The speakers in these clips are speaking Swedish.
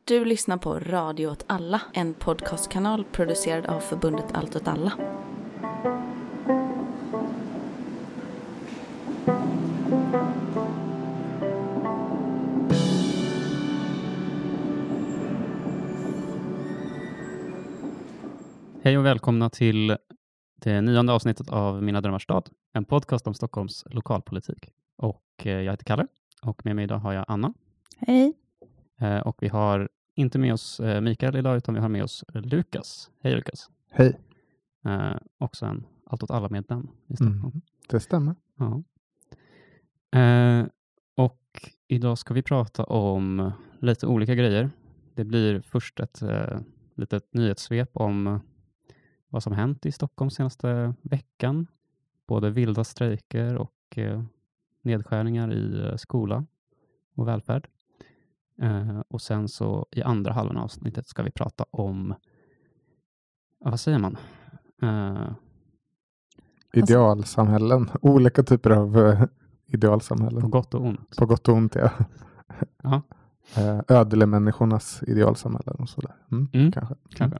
Du lyssnar på Radio åt alla, en podcastkanal producerad av förbundet Allt åt alla. Hej och välkomna till det 9:e avsnittet av Mina drömmars stad, en podcast om Stockholms lokalpolitik. Och jag heter Kalle och med mig idag har jag Anna. Hej. Och vi har inte med oss Mikael idag utan vi har med oss Lukas. Hej Lukas. Hej. Också en Allt åt alla medlem i Stockholm. Det stämmer. Ja. Och idag ska vi prata om lite olika grejer. Det blir först ett litet nyhetssvep om vad som hänt i Stockholm senaste veckan. Både vilda strejker och nedskärningar i skola och välfärd. Och sen så i andra halvan av avsnittet ska vi prata om, vad säger man? Idealsamhällen. Olika typer av idealsamhällen. På gott och ont. På gott och ont, ja. Ja. Ödelemänniskornas idealsamhällen och sådär. Kanske.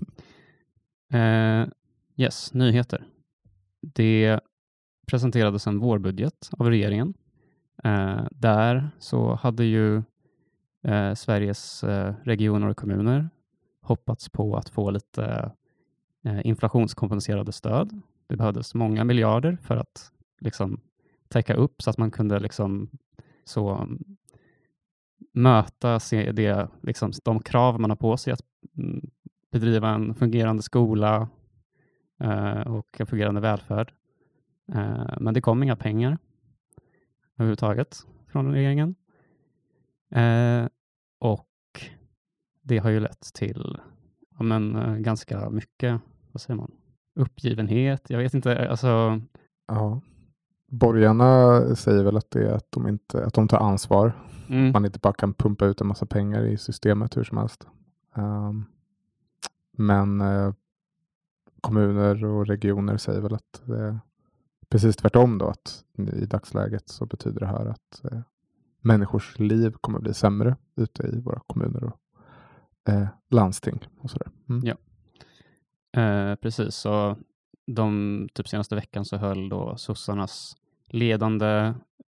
Yes, nyheter. Det presenterades en vårbudget av regeringen. Där så hade ju Sveriges regioner och kommuner hoppats på att få lite inflationskompenserade stöd. Det behövdes många miljarder för att liksom täcka upp så att man kunde liksom så möta det, liksom, de krav man har på sig att bedriva en fungerande skola och en fungerande välfärd. Men det kom inga pengar överhuvudtaget från regeringen. Och det har ju lett till ganska mycket, vad säger man, uppgivenhet. Jag vet inte, alltså. Ja. Borgarna säger väl att det är att de tar ansvar. Man inte bara kan pumpa ut en massa pengar i systemet hur som helst. Men kommuner och regioner säger väl att det är precis tvärtom då, att i dagsläget så betyder det här att människors liv kommer bli sämre ute i våra kommuner och landsting och sådär. Ja, precis. Så de typ senaste veckan så höll då sossarnas ledande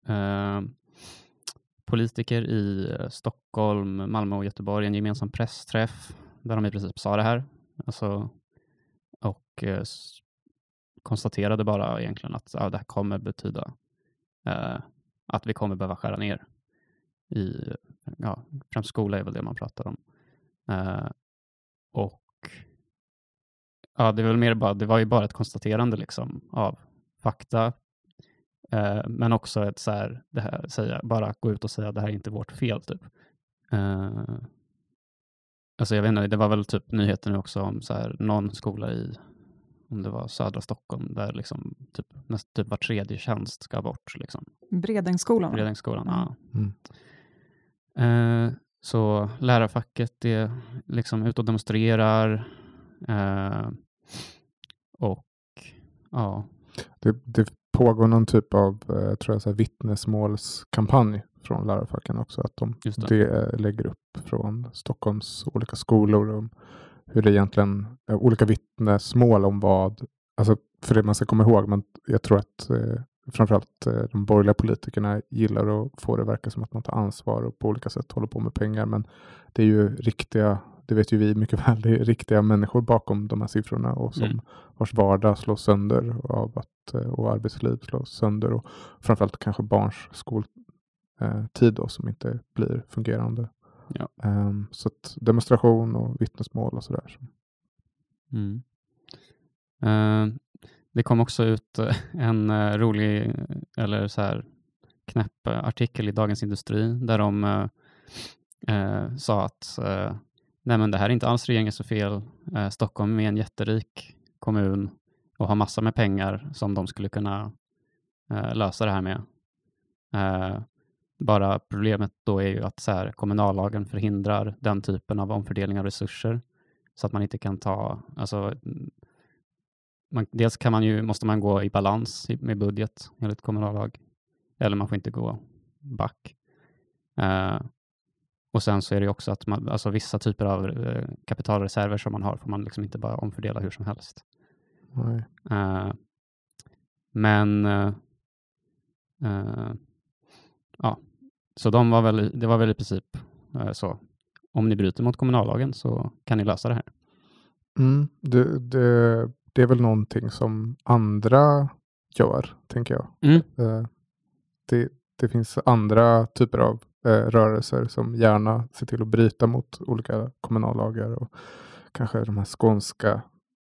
politiker i Stockholm, Malmö och Göteborg en gemensam pressträff där de i princip sa det här. Alltså, och konstaterade bara egentligen att det här kommer betyda att vi kommer behöva skära ner i, främst skola är väl det man pratar om. Och det är väl mer bara, det var ju bara ett konstaterande liksom av fakta. Men också ett så här, det här bara gå ut och säga att det här är inte vårt fel typ. Alltså jag vet inte, det var väl typ nyheter nu också om så här, någon skola i, om det var södra Stockholm, där liksom typ var tredje tjänst ska bort liksom. Bredängsskolan, ja. Så lärarfacket är liksom ute och demonstrerar. Och ja. Det pågår någon typ av vittnesmålskampanj från lärarfacken också. Att det lägger upp från Stockholms olika skolor om hur det egentligen olika vittnesmål om vad, alltså för det man ska komma ihåg, men jag tror att framförallt de borgerliga politikerna gillar att få det verka som att man tar ansvar och på olika sätt håller på med pengar, men det är ju riktiga, det vet ju vi mycket väl, det är riktiga människor bakom de här siffrorna och som vars vardag slås sönder av och arbetsliv slås sönder och framförallt kanske barns skoltid då, som inte blir fungerande. Ja. Så att demonstration och vittnesmål och sådär. Det kom också ut en rolig eller så här knäpp artikel i Dagens Industri där de sa att nej, men det här är inte alls regeringens fel. Stockholm är en jätterik kommun och har massor med pengar som de skulle kunna lösa det här med. Bara problemet då är ju att så här, kommunallagen förhindrar den typen av omfördelning av resurser så att man inte kan ta, alltså dels måste man gå i balans med budget enligt kommunallag, eller man får inte gå back. Och sen så är det också att man, alltså vissa typer av kapitalreserver som man har får man liksom inte bara omfördela hur som helst. Nej. Men ja, så det var väl i princip så. Om ni bryter mot kommunallagen så kan ni lösa det här. Det är väl någonting som andra gör, tänker jag. Det finns andra typer av rörelser som gärna ser till att bryta mot olika kommunallagar och kanske de här skånska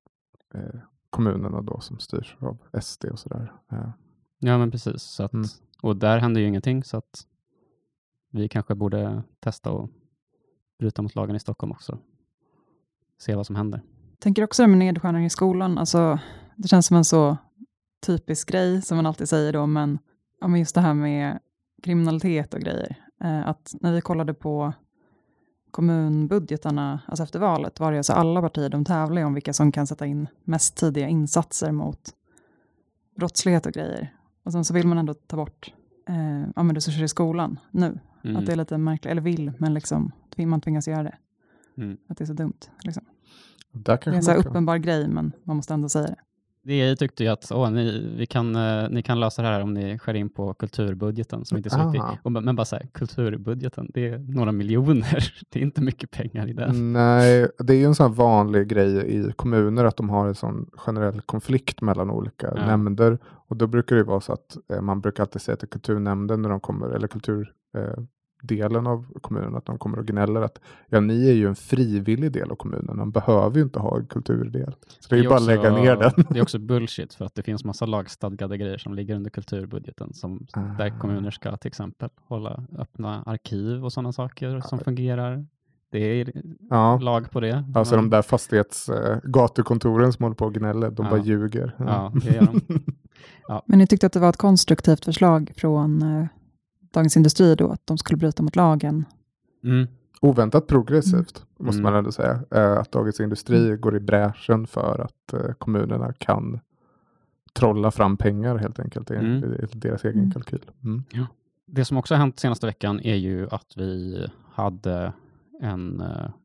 kommunerna då som styrs av SD och sådär. Ja, men precis. Så att, och där händer ju ingenting, så att vi kanske borde testa och bryta mot lagen i Stockholm också. Se vad som händer. Jag tänker också det med nedskärning i skolan. Alltså, det känns som en så typisk grej som man alltid säger då, men just det här med kriminalitet och grejer. Att när vi kollade på kommunbudgetarna, alltså efter valet, var det alltså alla partier de tävlar om vilka som kan sätta in mest tidiga insatser mot brottslighet och grejer. Och sen så vill man ändå ta bort resurser i skolan nu. Att det är lite märkligt, eller vill, men liksom man tvingas göra det. Att det är så dumt. Liksom. Det är en så här uppenbar grej, men man måste ändå säga det. Det tyckte ju att ni kan lösa det här om ni skär in på kulturbudgeten som inte är så viktig. Men bara så här, kulturbudgeten, det är några miljoner. Det är inte mycket pengar i den. Nej, det är ju en sån här vanlig grej i kommuner att de har en sån generell konflikt mellan olika nämnder. Och då brukar det vara så att man brukar alltid säga till kulturnämnden när de kommer, eller kulturdelen av kommunen, att de kommer och gnäller att ni är ju en frivillig del av kommunen. De behöver ju inte ha en kulturdel. Så det är ju bara att lägga ner den. Det är också bullshit, för att det finns massa lagstadgade grejer som ligger under kulturbudgeten där kommuner ska till exempel hålla öppna arkiv och sådana saker som fungerar. Det är lag på det. Alltså de där gatukontoren som håller på och gnäller, de bara ljuger. Ja, det gör de. Men ni tyckte att det var ett konstruktivt förslag från Dagens Industri då, att de skulle bryta mot lagen? Oväntat progressivt, måste man ändå säga. Att Dagens Industri går i bräschen för att kommunerna kan trolla fram pengar helt enkelt. Det är deras egen kalkyl. Ja. Det som också har hänt senaste veckan är ju att vi hade en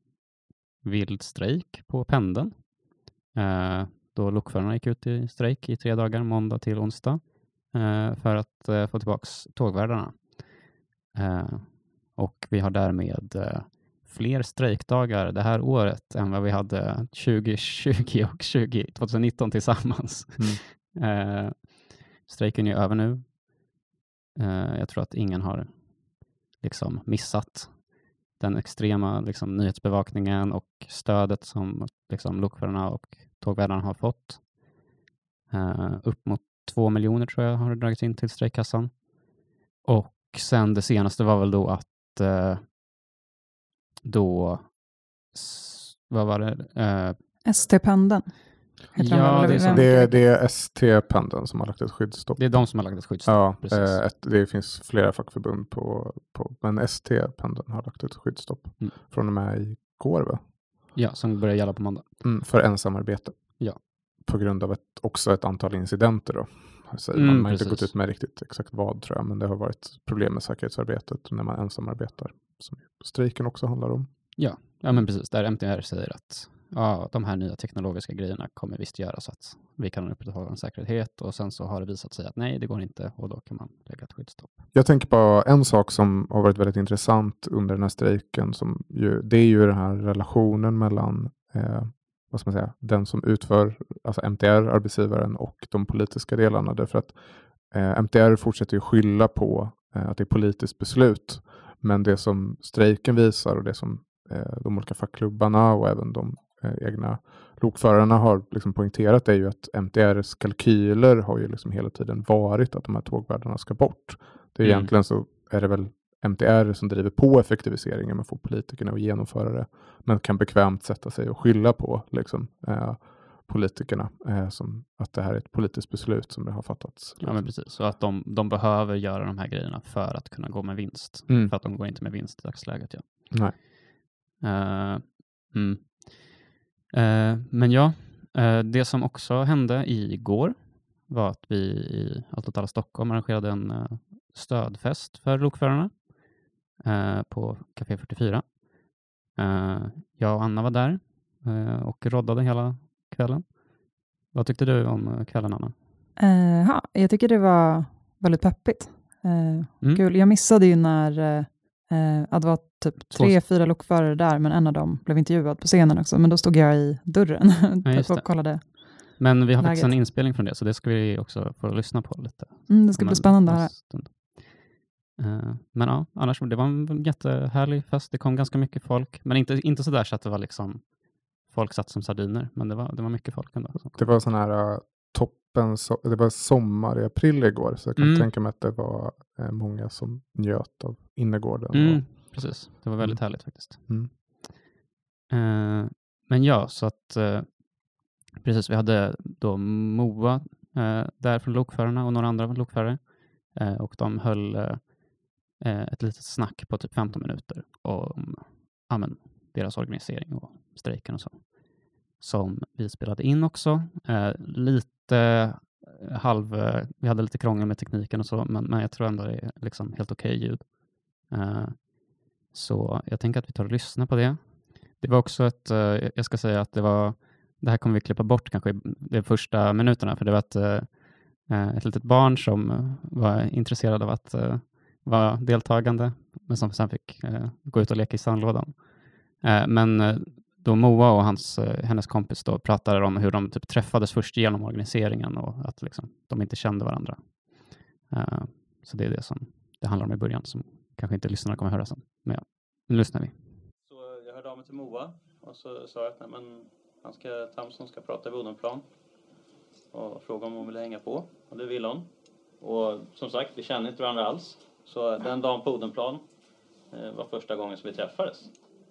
vild strejk på pendeln. Då lokförarna gick ut i strejk i 3 dagar, måndag till onsdag, för att få tillbaks tågvärdarna. Och vi har därmed fler strejkdagar det här året än vad vi hade 2020 och 2019 tillsammans. Strejken är över nu. Jag tror att ingen har liksom missat den extrema liksom nyhetsbevakningen och stödet som liksom lokförarna och tågvärdarna har fått. Upp mot 2 miljoner tror jag har det dragits in till strejkkassan. Och sen det senaste var väl då att vad var det? ST-pendeln. Ja, det är ST-pendeln som har lagt ett skyddsstopp. Det är de som har lagt ett skyddsstopp. Ja, det finns flera fackförbund men ST-pendeln har lagt ett skyddsstopp från och med igår, va? Ja, som börjar gälla på måndag. För ensamarbete. Ja. På grund av också ett antal incidenter då. Man har inte gått ut med riktigt exakt vad, tror jag, men det har varit problem med säkerhetsarbetet när man ensamarbetar, som strejken också handlar om. Ja, men precis. Där MTR säger att de här nya teknologiska grejerna kommer visst göra så att vi kan upprätthålla en säkerhet, och sen så har det visat sig att nej, det går inte, och då kan man lägga ett skyddsstopp. Jag tänker på en sak som har varit väldigt intressant under den här strejken, det är ju den här relationen mellan vad ska man säga, den som utför, alltså MTR, arbetsgivaren, och de politiska delarna. Därför att MTR fortsätter ju skylla på att det är politiskt beslut. Men det som strejken visar och det som de olika fackklubbarna och även de egna lokförarna har liksom poängterat är ju att MTRs kalkyler har ju liksom hela tiden varit att de här tågvärdarna ska bort. Det är egentligen så är det väl MTR som driver på effektiviseringen, man får politikerna att genomföra det, men kan bekvämt sätta sig och skylla på liksom, politikerna som att det här är ett politiskt beslut som det har fattats. Liksom. Ja, men precis. Så att de behöver göra de här grejerna för att kunna gå med vinst. För att de går inte med vinst i dagsläget. Ja. Nej. Men ja, det som också hände igår var att vi i Allt åt alla Stockholm arrangerade en stödfest för lokförarna. på Café 44. Jag och Anna var där och roddade hela kvällen. Vad tyckte du om kvällen, Anna? Jag tycker det var väldigt peppigt. Kul. Jag missade ju när det var typ 3-4 lokförare där, men en av dem blev intervjuad på scenen också. Men då stod jag i dörren och kollade. Men vi har faktiskt en inspelning från det, så det ska vi också få lyssna på lite. Det ska bli spännande här. Men ja, annars det var en jättehärlig fest. Det kom ganska mycket folk, men inte så där så att det var liksom folk satt som sardiner, men det var mycket folk ändå. Det var sån här det var sommar i april igår, så jag kan tänka mig att det var många som njöt av innergården. Precis, det var väldigt härligt faktiskt. Men ja, så att precis, vi hade då Moa där från lokförarna och några andra lokförare, och de höll ett litet snack på typ 15 minuter om deras organisering och strejken och så. Som vi spelade in också. Vi hade lite krångel med tekniken och så, men jag tror ändå det är liksom helt okej ljud. Så jag tänker att vi tar och lyssnar på det. Det var också jag ska säga att det här kommer vi klippa bort kanske i de första minuterna, för det var ett litet barn som var intresserad av att vara deltagande, men som sen fick gå ut och leka i sandlådan. Men då Moa och hennes kompis då pratade om hur de typ träffades först genom organiseringen och att liksom, de inte kände varandra. Så det är det som det handlar om i början, som kanske inte lyssnarna kommer höra sen. Men ja, nu lyssnar vi. Så jag hörde av mig till Moa och så sa jag att Tamson ska prata i Odenplan och fråga om hon vill hänga på. Och det vill hon. Och som sagt, vi känner inte varandra alls. Så den dagen på Odenplan var första gången som vi träffades.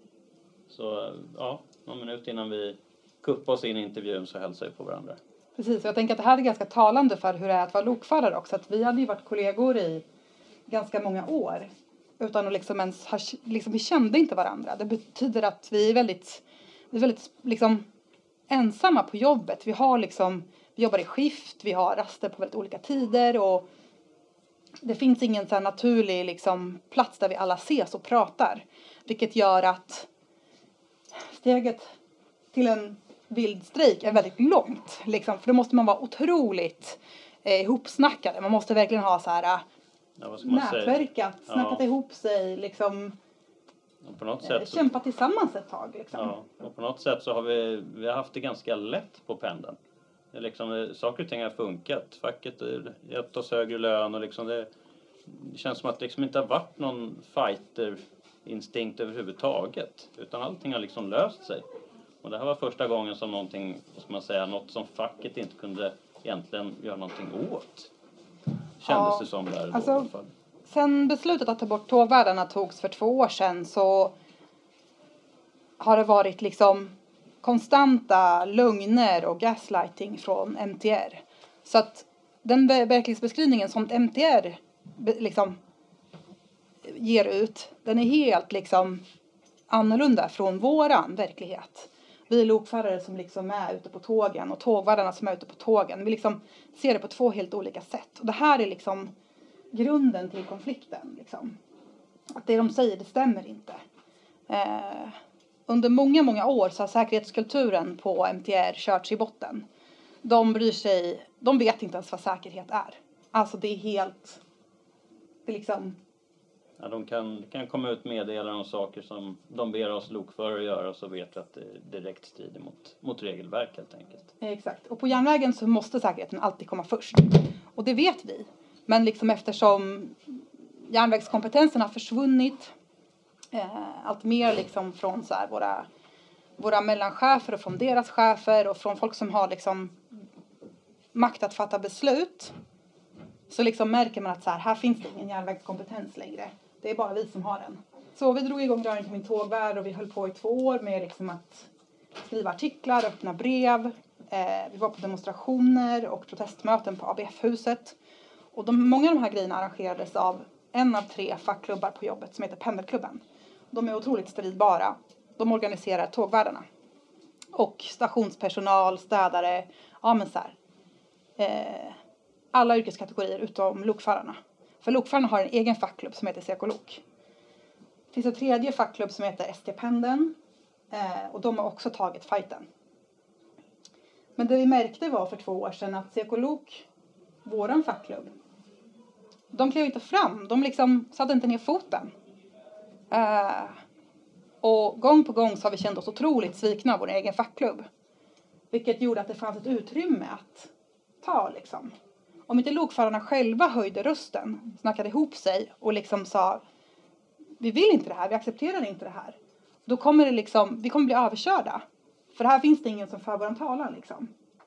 Så ja, någon minut innan vi kuppade oss in i intervjun så hälsade vi på varandra. Precis, jag tänker att det här är ganska talande för hur det är att vara lokförare också. Att vi hade ju varit kollegor i ganska många år. Utan att liksom ens vi kände inte varandra. Det betyder att vi är väldigt liksom ensamma på jobbet. Vi jobbar i skift, vi har raster på väldigt olika tider. Och det finns ingen så här naturlig liksom plats där vi alla ses och pratar. Vilket gör att steget till en vild strejk är väldigt långt. Liksom, för då måste man vara otroligt ihopsnackade. Man måste verkligen ha så här nätverkat, snackat ihop sig, liksom, på något sätt kämpa tillsammans ett tag. Liksom. Ja, och på något sätt så har vi har haft det ganska lätt på pendeln. Det är liksom, saker och ting har funkat. Facket har gett oss högre lön och liksom det känns som att det liksom inte har varit någon fighter-instinkt överhuvudtaget. Utan allting har liksom löst sig. Och det här var första gången som något som facket inte kunde egentligen göra någonting åt. Kändes det som där då, i alla fall. Sen beslutet att ta bort tågvärdarna togs för 2 år sedan så har det varit liksom konstanta lögner och gaslighting från MTR. Så att den verklighetsbeskrivningen som MTR liksom ger ut, den är helt liksom annorlunda från våran verklighet. Vi lokförare som liksom är ute på tågen och tågvärdarna som är ute på tågen. Vi liksom ser det på 2 helt olika sätt. Och det här är liksom grunden till konflikten. Liksom. Att det de säger, det stämmer inte. Under många, många år så har säkerhetskulturen på MTR körts i botten. De vet inte ens vad säkerhet är. Alltså det är helt, det är liksom... Ja, de kan komma ut meddelanden om saker som de ber oss lokförare att göra, och så vet vi att det direkt strider mot regelverk helt enkelt. Exakt. Och på järnvägen så måste säkerheten alltid komma först. Och det vet vi. Men liksom eftersom järnvägskompetensen har försvunnit allt mer liksom från så här våra mellanchefer och från deras chefer och från folk som har liksom makt att fatta beslut, så liksom märker man att så här finns det ingen järnvägskompetens längre. Det är bara vi som har den. Så vi drog igång Rören till min tågvärld och vi höll på i 2 år med liksom att skriva artiklar, öppna brev. Vi var på demonstrationer och protestmöten på ABF-huset. Och många av de här grejerna arrangerades av en av 3 fackklubbar på jobbet som heter Pendelklubben. De är otroligt stridbara. De organiserar tågvärdarna. Och stationspersonal, städare, alla yrkeskategorier utom lokförarna. För lokförarna har en egen fackklubb som heter CK-lok. Det finns en tredje fackklubb som heter ST-pendeln. Och de har också tagit fighten. Men det vi märkte var för 2 år sedan att Sekolok, våran fackklubb, de klev inte fram. De liksom satte inte ner foten. Och gång på gång så har vi känt oss otroligt svikna av vår egen fackklubb. Vilket gjorde att det fanns ett utrymme att ta liksom. Om inte lokförarna själva höjde rösten, snackade ihop sig och liksom sa vi vill inte det här, vi accepterar inte det här. Då kommer det liksom, vi kommer bli överkörda. För här finns det ingen som för våran talan liksom.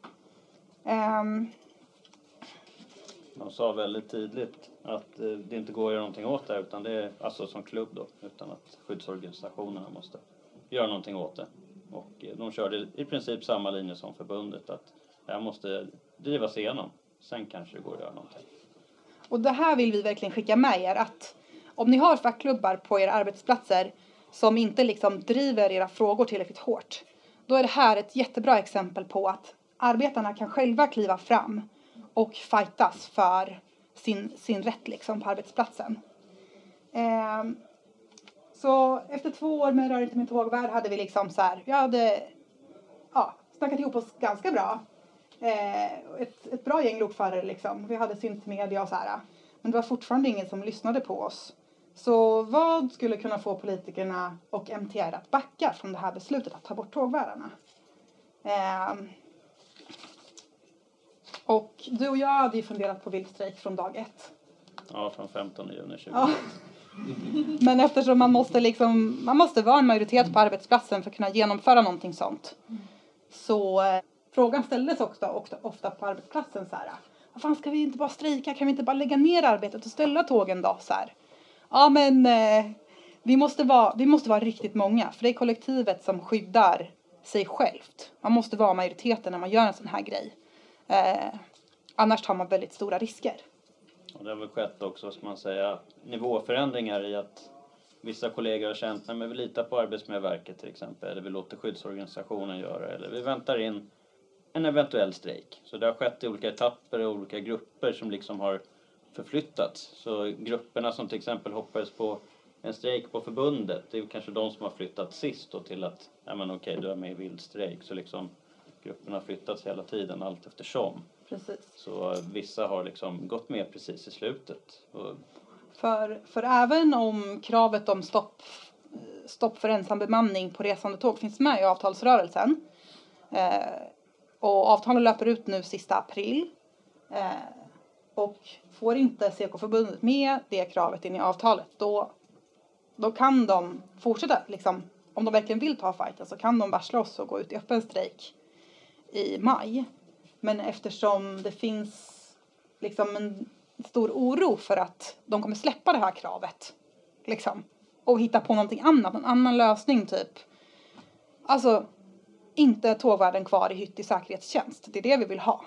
De sa väldigt tydligt att det inte går att göra någonting åt det, utan det är alltså som klubb då, utan att skyddsorganisationerna måste göra någonting åt det. Och de körde i princip samma linje som förbundet, att det här måste drivas igenom. Sen kanske det går att göra någonting. Och det här vill vi verkligen skicka med er, att om ni har fackklubbar på era arbetsplatser som inte liksom driver era frågor tillräckligt hårt, då är det här ett jättebra exempel på att arbetarna kan själva kliva fram och fightas för sin rätt liksom på arbetsplatsen. Så efter 2 år med Rör inte min tågvärd hade vi liksom så här, jag hade snackat ihop oss ganska bra. Ett bra gäng lokförare liksom. Vi hade synt media och så här. Men det var fortfarande ingen som lyssnade på oss. Så vad skulle kunna få politikerna och MTR att backa från det här beslutet att ta bort tågvärdarna? Och du och jag hade ju funderat på vildstrejk från dag 1. Ja, från 15 juni 20. Ja. Men eftersom man måste vara en majoritet på arbetsplatsen för att kunna genomföra någonting sånt. Så frågan ställdes också ofta på arbetsplatsen så här. Vad fan, ska vi inte bara strejka? Kan vi inte bara lägga ner arbetet och ställa tågen då? Så här. Ja, men vi måste vara riktigt många. För det är kollektivet som skyddar sig självt. Man måste vara majoriteten när man gör en sån här grej. Annars tar man väldigt stora risker. Och det har väl skett också, ska man säga, nivåförändringar i att vissa kollegor har känt att vi litar på Arbetsmiljöverket till exempel. Eller vi låter skyddsorganisationen göra. Eller vi väntar in en eventuell strejk. Så det har skett i olika etapper och olika grupper som liksom har förflyttats. Så grupperna som till exempel hoppades på en strejk på förbundet, det är kanske de som har flyttat sist då till att, ja men okej, du är med i vildstrejk. Så liksom grupperna har flyttats hela tiden allt eftersom. Precis. Så vissa har liksom gått med precis i slutet. För även om kravet om stopp för ensambemanning på resande tåg finns med i avtalsrörelsen. Och avtalet löper ut nu sista april. Och får inte CK-förbundet med det kravet in i avtalet, då kan de fortsätta. Liksom, om de verkligen vill ta fighten så kan de varsla oss och gå ut i öppen strejk i maj. Men eftersom det finns liksom en stor oro för att de kommer släppa det här kravet liksom, och hitta på någonting annat, en annan lösning typ. Alltså, inte tågvärden kvar i hytt i säkerhetstjänst. Det är det vi vill ha.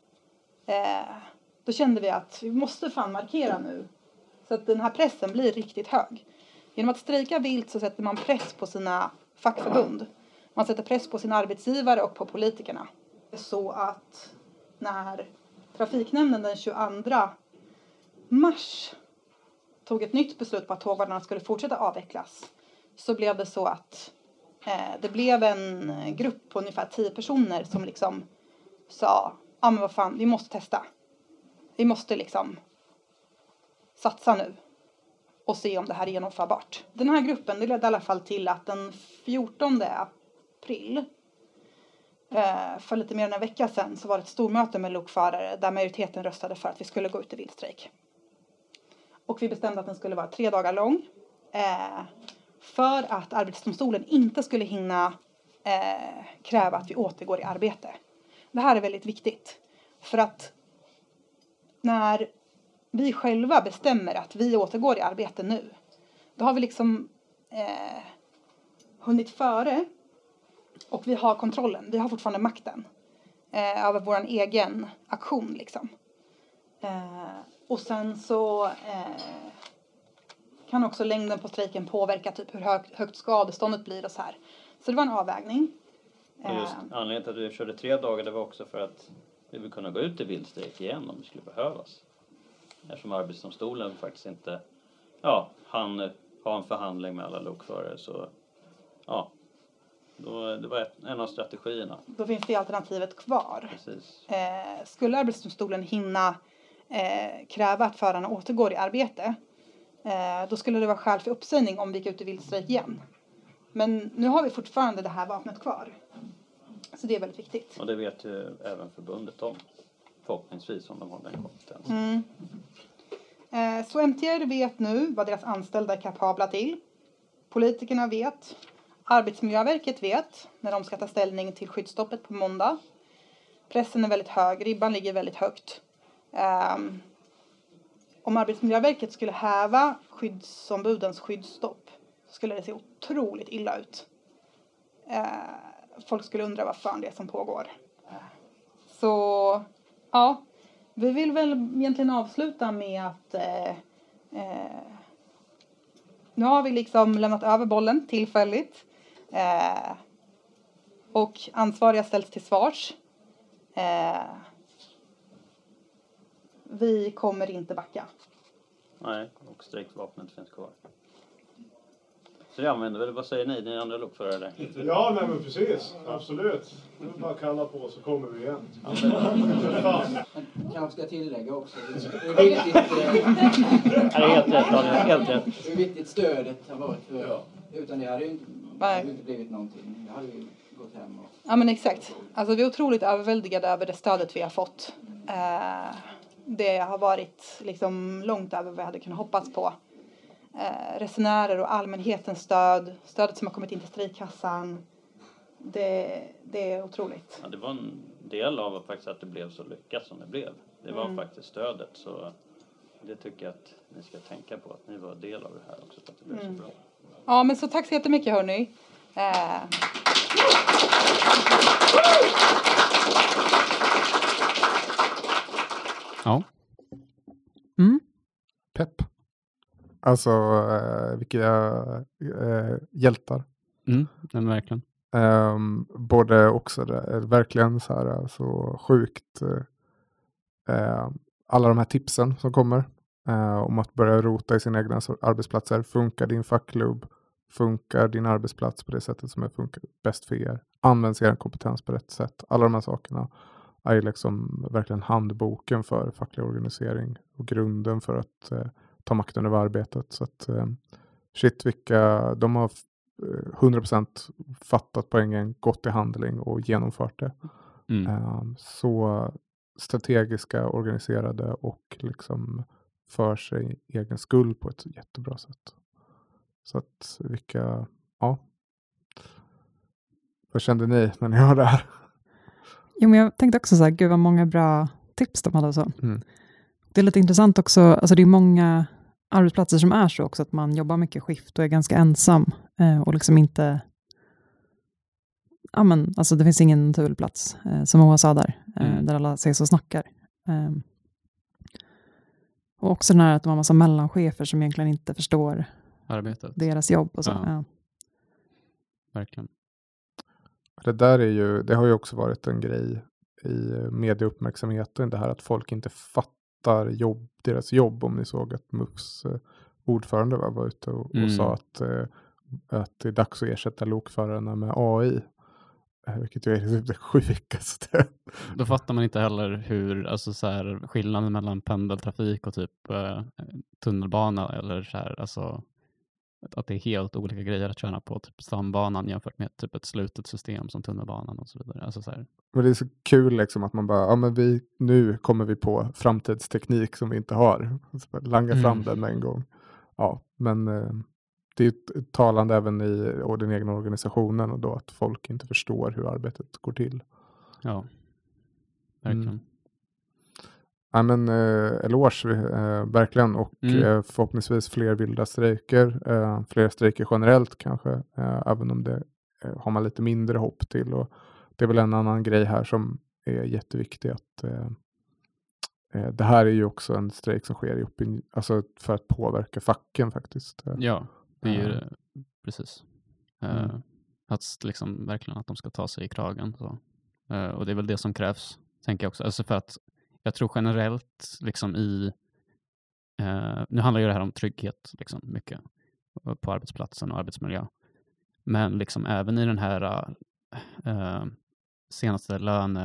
Då kände vi att vi måste fan markera nu. Så att den här pressen blir riktigt hög. Genom att strejka vilt så sätter man press på sina fackförbund. Man sätter press på sin arbetsgivare och på politikerna. Så att när trafiknämnden den 22 mars tog ett nytt beslut på att tågvärdarna skulle fortsätta avvecklas, så blev det så att det blev en grupp på ungefär 10 personer som liksom sa, ja men vad fan, vi måste testa. Vi måste liksom satsa nu och se om det här är genomförbart. Den här gruppen, det ledde i alla fall till att den 14 april, för lite mer än en vecka sedan, så var det ett stormöte med lokförare där majoriteten röstade för att vi skulle gå ut i vildstrejk. Och vi bestämde att den skulle vara 3 dagar lång. För att Arbetsdomstolen inte skulle hinna kräva att vi återgår i arbete. Det här är väldigt viktigt. För att när vi själva bestämmer att vi återgår i arbete nu, då har vi liksom hunnit före och vi har kontrollen. Vi har fortfarande makten över vår egen aktion liksom. Och sen så kan också längden på strejken påverka typ hur högt skadeståndet blir och så här. Så det var en avvägning. Och just anledningen till att vi körde 3 dagar, det var också för att vi vill kunna gå ut i vildstrejk igen om det skulle behövas. Eftersom Arbetsdomstolen faktiskt inte han ha en förhandling med alla lokförare. Så ja, det var en av strategierna. Då finns det alternativet kvar. Precis. Skulle Arbetsdomstolen hinna kräva att förarna återgår i arbete, då skulle det vara skäl för uppsägning om vi gick ut i vildstrejk igen. Men nu har vi fortfarande det här vapnet kvar. Så det är väldigt viktigt. Och det vet ju även förbundet om. Förhoppningsvis om de har den kompetensen. Så MTR vet nu vad deras anställda är kapabla till. Politikerna vet. Arbetsmiljöverket vet när de ska ta ställning till skyddsstoppet på måndag. Pressen är väldigt hög. Ribban ligger väldigt högt. Om Arbetsmiljöverket skulle häva skyddsombudens skyddsstopp så skulle det se otroligt illa ut. Folk skulle undra vad fan det är som pågår. Så ja, vi vill väl egentligen avsluta med att nu har vi liksom lämnat över bollen tillfälligt. Och ansvariga ställs till svars. Vi kommer inte backa. Nej, och strejkvapnet finns kvar. Så jag använder väl, vad säger ni andra lokförare? Ja, nej men precis. Absolut. Nu bara kalla på så kommer vi igen. Kanske ska tillägga också. Det är viktigt. Helt rätt. Hur viktigt stödet har varit för. Ja. Utan det hade ju inte blivit någonting. Det hade ju gått hem. Ja men exakt. Alltså vi är otroligt överväldigade över det stödet vi har fått. Det har varit liksom långt över vad vi hade kunnat hoppas på. Resenärer och allmänhetens stödet som har kommit in till strejkkassan, det är otroligt. Ja, det var en del av faktiskt att det blev så lyckat som det blev. Det var faktiskt stödet, så det tycker jag att ni ska tänka på, att ni var del av det här också, så att det blev så bra. Ja, men så tack så jättemycket hörni. Ja. Pepp. Alltså, vilka hjältar. Men verkligen. Både också verkligen så här så sjukt alla de här tipsen som kommer om att börja rota i sina egna arbetsplatser. Funkar din fackklubb? Funkar din arbetsplats på det sättet som är funkar bäst för er? Används er kompetens på rätt sätt? Alla de här sakerna är liksom verkligen handboken för facklig organisering och grunden för att ta makten över arbetet. Så att de har 100% fattat poängen, gått i handling och genomfört det. Så strategiska, organiserade och liksom för sig egen skull på ett jättebra sätt. Så att vad kände ni när ni hörde det här? Jo, men jag tänkte också så här, gud vad många bra tips de hade och så. Det är lite intressant också, alltså det är många arbetsplatser som är så också, att man jobbar mycket skift och är ganska ensam och liksom inte, ja men alltså det finns ingen naturlig plats som Moa sa där alla ses och snackar. Och också den här att de har massa mellanchefer som egentligen inte förstår arbetet, deras jobb och så. Ja. Verkligen. Det har ju också varit en grej i medieuppmärksamheten, det här att folk inte fattar deras jobb. Om ni såg att MUFs ordförande var ute och sa att det är dags att ersätta lokförarna med AI. Vilket ju är det sjukaste. Då fattar man inte heller hur, alltså så här, skillnaden mellan pendeltrafik och typ tunnelbana eller så här, alltså att det är helt olika grejer att köra på typ stambanan jämfört med typ ett slutet system som tunnelbanan och så vidare. Alltså så här. Men det är så kul liksom att man bara, nu kommer vi på framtidsteknik som vi inte har. Langa fram den med en gång. Ja, men det är ett talande även i den egna organisationen och då att folk inte förstår hur arbetet går till. Ja, verkligen. Ja, men eloge, verkligen. Och förhoppningsvis fler vilda strejker. Fler strejker generellt kanske. Även om det har man lite mindre hopp till. Och det är väl en annan grej här som är jätteviktig. Att det här är ju också en strejk som sker alltså för att påverka facken faktiskt. Ja, det är ju precis. Att liksom verkligen att de ska ta sig i kragen. Så. Och det är väl det som krävs, tänker jag också. Alltså för att jag tror generellt liksom nu handlar ju det här om trygghet liksom mycket. på arbetsplatsen och arbetsmiljö. Men liksom även i den här senaste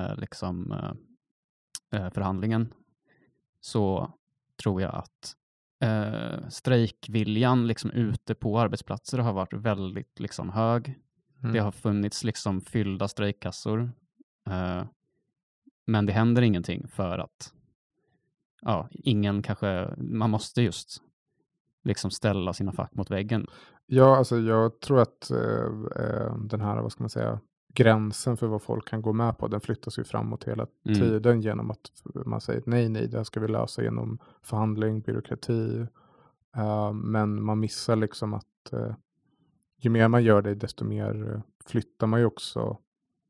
förhandlingen så tror jag att strejkviljan liksom ute på arbetsplatser har varit väldigt liksom hög. Det har funnits liksom fyllda strejkkassor. Men det händer ingenting för att man måste just liksom ställa sina fack mot väggen. Ja, alltså jag tror att den här, vad ska man säga, gränsen för vad folk kan gå med på, den flyttas ju framåt hela tiden genom att man säger nej, det här ska vi lösa genom förhandling, byråkrati. Men man missar liksom att ju mer man gör det, desto mer flyttar man ju också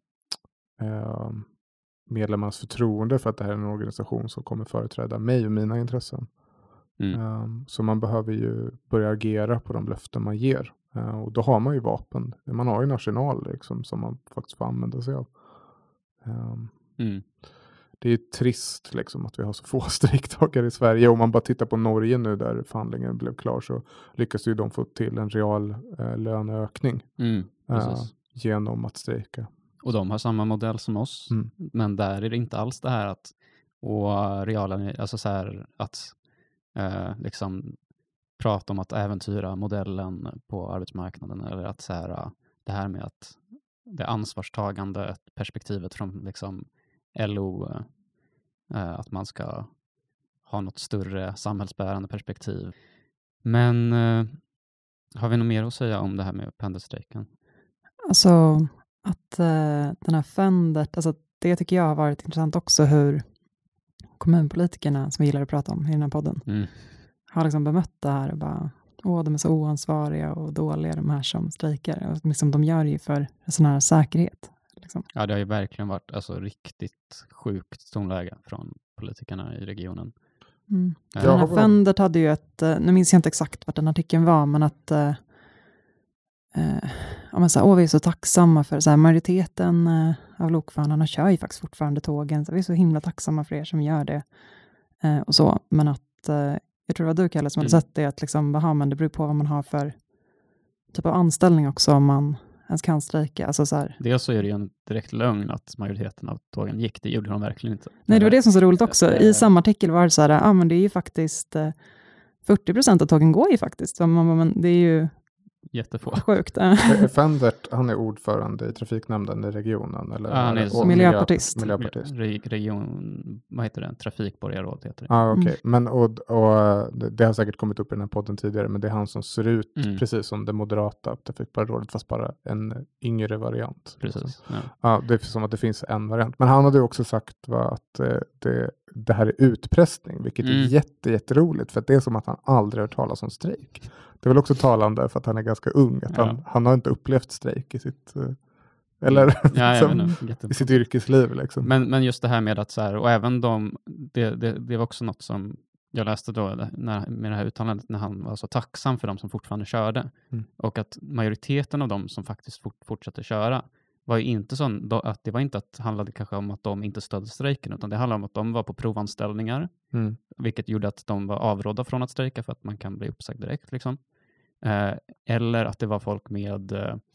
medlemmarnas förtroende för att det här är en organisation som kommer företräda mig och mina intressen. Så man behöver ju börja agera på de löften man ger. Och då har man ju vapen. Man har ju en arsenal liksom, som man faktiskt får använda sig av. Det är ju trist liksom, att vi har så få strejkdagar i Sverige. Om man bara tittar på Norge nu där förhandlingen blev klar, så lyckas ju de få till en real löneökning genom att strejka. Och de har samma modell som oss. Men där är det inte alls det här att liksom prata om att äventyra modellen på arbetsmarknaden, eller att så här, det här med att det ansvarstagande perspektivet från liksom LO, att man ska ha något större samhällsbärande perspektiv. Men har vi något mer att säga om det här med pendelstrejken? Alltså att den här Fendert, alltså det tycker jag har varit intressant också, hur kommunpolitikerna som vi gillar att prata om i den här podden har liksom bemött det här och bara, de är så oansvariga och dåliga, de här som strejkar. Och liksom, de gör det ju för sån här säkerhet. Liksom. Ja, det har ju verkligen varit riktigt sjukt tonläge från politikerna i regionen. Den här Fendert hade ju nu minns jag inte exakt vad den artikeln var, men att vi är så tacksamma för så här, majoriteten av lokförarna kör ju faktiskt fortfarande tågen, så vi är så himla tacksamma för er som gör det och så, men att jag tror det var du, Kalle, som hade sett det, att liksom, men det beror på vad man har för typ av anställning också, om man ens kan strejka. Alltså, så här. Dels så är det ju en direkt lögn att majoriteten av tågen gick, det gjorde de verkligen inte. Nej, det var det som var så roligt också. I samma artikel var det så här, men det är ju faktiskt 40% av tågen går ju faktiskt. Men det är ju jättefå. Sjukt. Fendert, han är ordförande i trafiknämnden i regionen, eller? Han är miljöpartist. Region, vad heter det? Trafikborgarråd heter det. Okej. Men och det har säkert kommit upp i den här podden tidigare, men det är han som ser ut precis som det moderata trafikborgarrådet, fast bara en yngre variant. Precis. Ja, det är som att det finns en variant. Men han hade också sagt att det här är utpressning, vilket är jätteroligt, för att det är som att han aldrig har talat om strejk. Det är väl också talande för att han är ganska ung. Att han har inte upplevt strejk i sitt i sitt yrkesliv. Liksom. Men just det här med att så här, och även det var också något som jag läste då med det här uttalandet, när han var så tacksam för dem som fortfarande körde. Och att majoriteten av dem som faktiskt fortsatte köra var ju inte sån, att det var inte att handlade kanske om att de inte stödde strejken, utan det handlade om att de var på provanställningar, vilket gjorde att de var avrådda från att strejka för att man kan bli uppsagd direkt. Liksom. Eller att det var folk med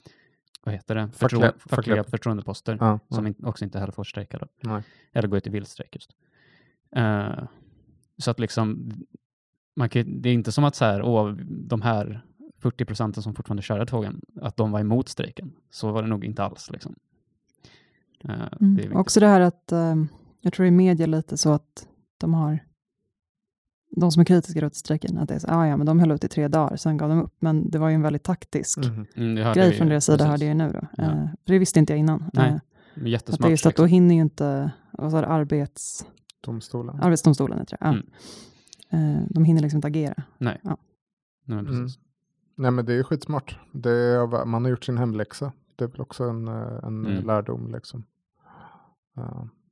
fackliga förtroendeposter som också inte heller får strejka då. Nej. Eller gå ut i vildstrejk just. Så att liksom det är inte som att så här, de här 40% som fortfarande körde tågen, att de var emot strejken. Så var det nog inte alls. Liksom. Också det här att jag tror i media lite så att de som är kritiska till strejken, att det är så, men de höll ut i 3 dagar, sen gav de upp. Men det var ju en väldigt taktisk grej från deras sida, hörde jag nu då. För det visste inte jag innan. Nej, jättesmart. Att det är just att då hinner ju inte Arbetsdomstolen, tror jag. De hinner liksom inte agera. Nej. Ja. Nej, precis. Nej, men det är skitsmart. Man har gjort sin hemläxa. Det är väl också en lärdom liksom.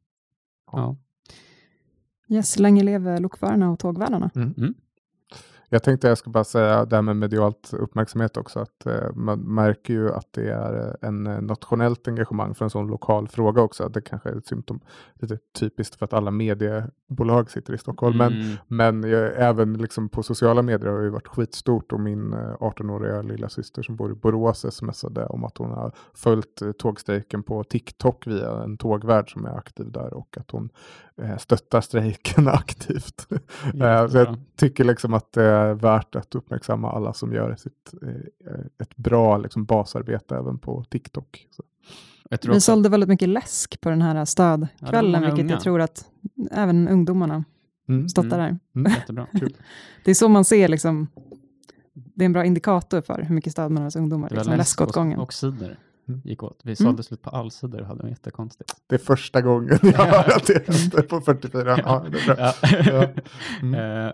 Yes, länge lever lokförarna och tågvärdarna. Jag tänkte jag ska bara säga det här med medialt uppmärksamhet också. Att man märker ju att det är en nationellt engagemang för en sån lokal fråga också. Det kanske är ett symptom lite typiskt för att alla mediebolag sitter i Stockholm. Men även liksom på sociala medier har det ju varit skitstort. Och min 18-åriga lilla syster som bor i Borås smsade om att hon har följt tågstrejken på TikTok via en tågvärd som är aktiv där. Och att hon stöttar strejken aktivt. Så jag tycker liksom att det är värt att uppmärksamma alla som gör ett bra liksom basarbete även på TikTok. Så. Vi sålde väldigt mycket läsk på den här stödkvällen, vilket jag tror att även ungdomarna stöttar där. Jättebra. Kul. Det är så man ser liksom, det är en bra indikator för hur mycket stöd man har hos ungdomar. Det var liksom, läskåtgången. Och cider gick åt. Vi sålde slut på all cider och hade det jättekonstigt. Det är första gången jag hör att det är på 44. Ja, det är bra.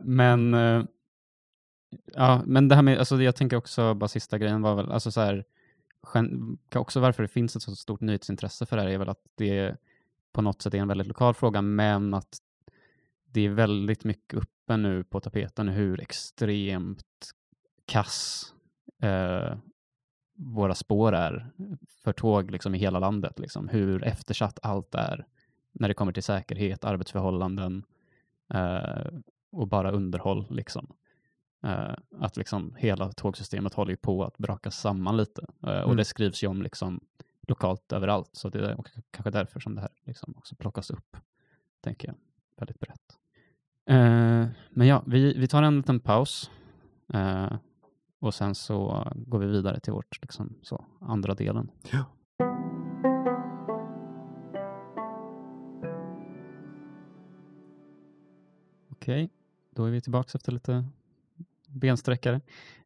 Men det här med, alltså jag tänker också, bara sista grejen var väl, alltså så här, också varför det finns ett så stort nyhetsintresse för det här är väl att det på något sätt är en väldigt lokal fråga, men att det är väldigt mycket uppe nu på tapeten hur extremt kass våra spår är för tåg liksom i hela landet. Liksom. Hur eftersatt allt är när det kommer till säkerhet, arbetsförhållanden och bara underhåll. Liksom. Att liksom hela tågsystemet håller ju på att braka samman lite. Och det skrivs ju om liksom lokalt överallt. Så det är kanske därför som det här liksom också plockas upp, tänker jag. Väldigt brett. Men ja, vi tar en liten paus. Och sen så går vi vidare till vårt liksom, så, andra delen. Ja. Okej, då är vi tillbaka efter lite bensträckare.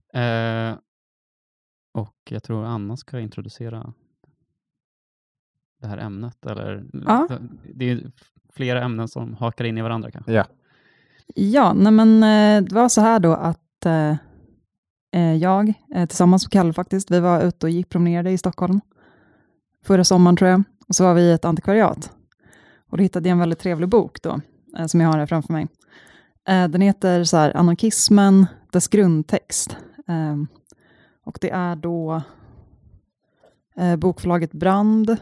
Och jag tror Anna ska introducera det här ämnet. Eller, det är flera ämnen som hakar in i varandra kanske. Ja, men det var så här då att jag tillsammans med Kalle faktiskt, vi var ute och gick promenerade i Stockholm förra sommaren tror jag. Och så var vi i ett antikvariat. Och då hittade jag en väldigt trevlig bok då, som jag har här framför mig. Den heter så här, Anarkismen, dess grundtext. Och det är då bokförlaget Brand.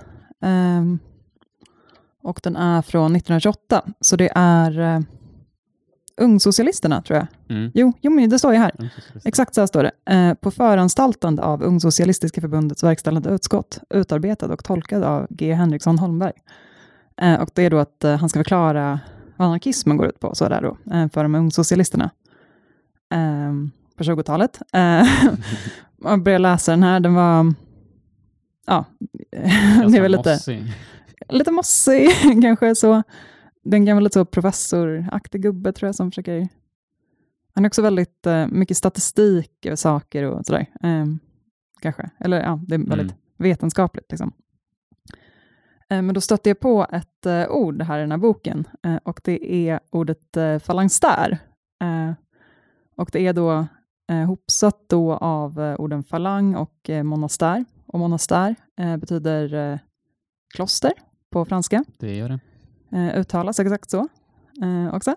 Och den är från 1928. Så det är Ungsocialisterna tror jag. Jo, men det står ju här. Exakt så här står det. På föranstaltande av Ungsocialistiska förbundets verkställande utskott. Utarbetad och tolkad av G. Henriksson Holmberg. Och det är då att han ska förklara vad anarkismen går ut på. Så där då. För de Ungsocialisterna. På 20-talet. Man började läsa den här. Den var... Ja. Det är väl lite mossig kanske så. Den gamla lite så professoraktig gubbe tror jag som försöker... Han är också väldigt mycket statistik över saker och sådär. Kanske. Eller ja, det är väldigt vetenskapligt liksom. Men då stötte jag på ett ord här i den här boken. Och det är ordet falangstär. Och det är då hopsatt då av orden falang och monastär. Och monastär betyder kloster på franska. Det gör det. Uttalas exakt så också.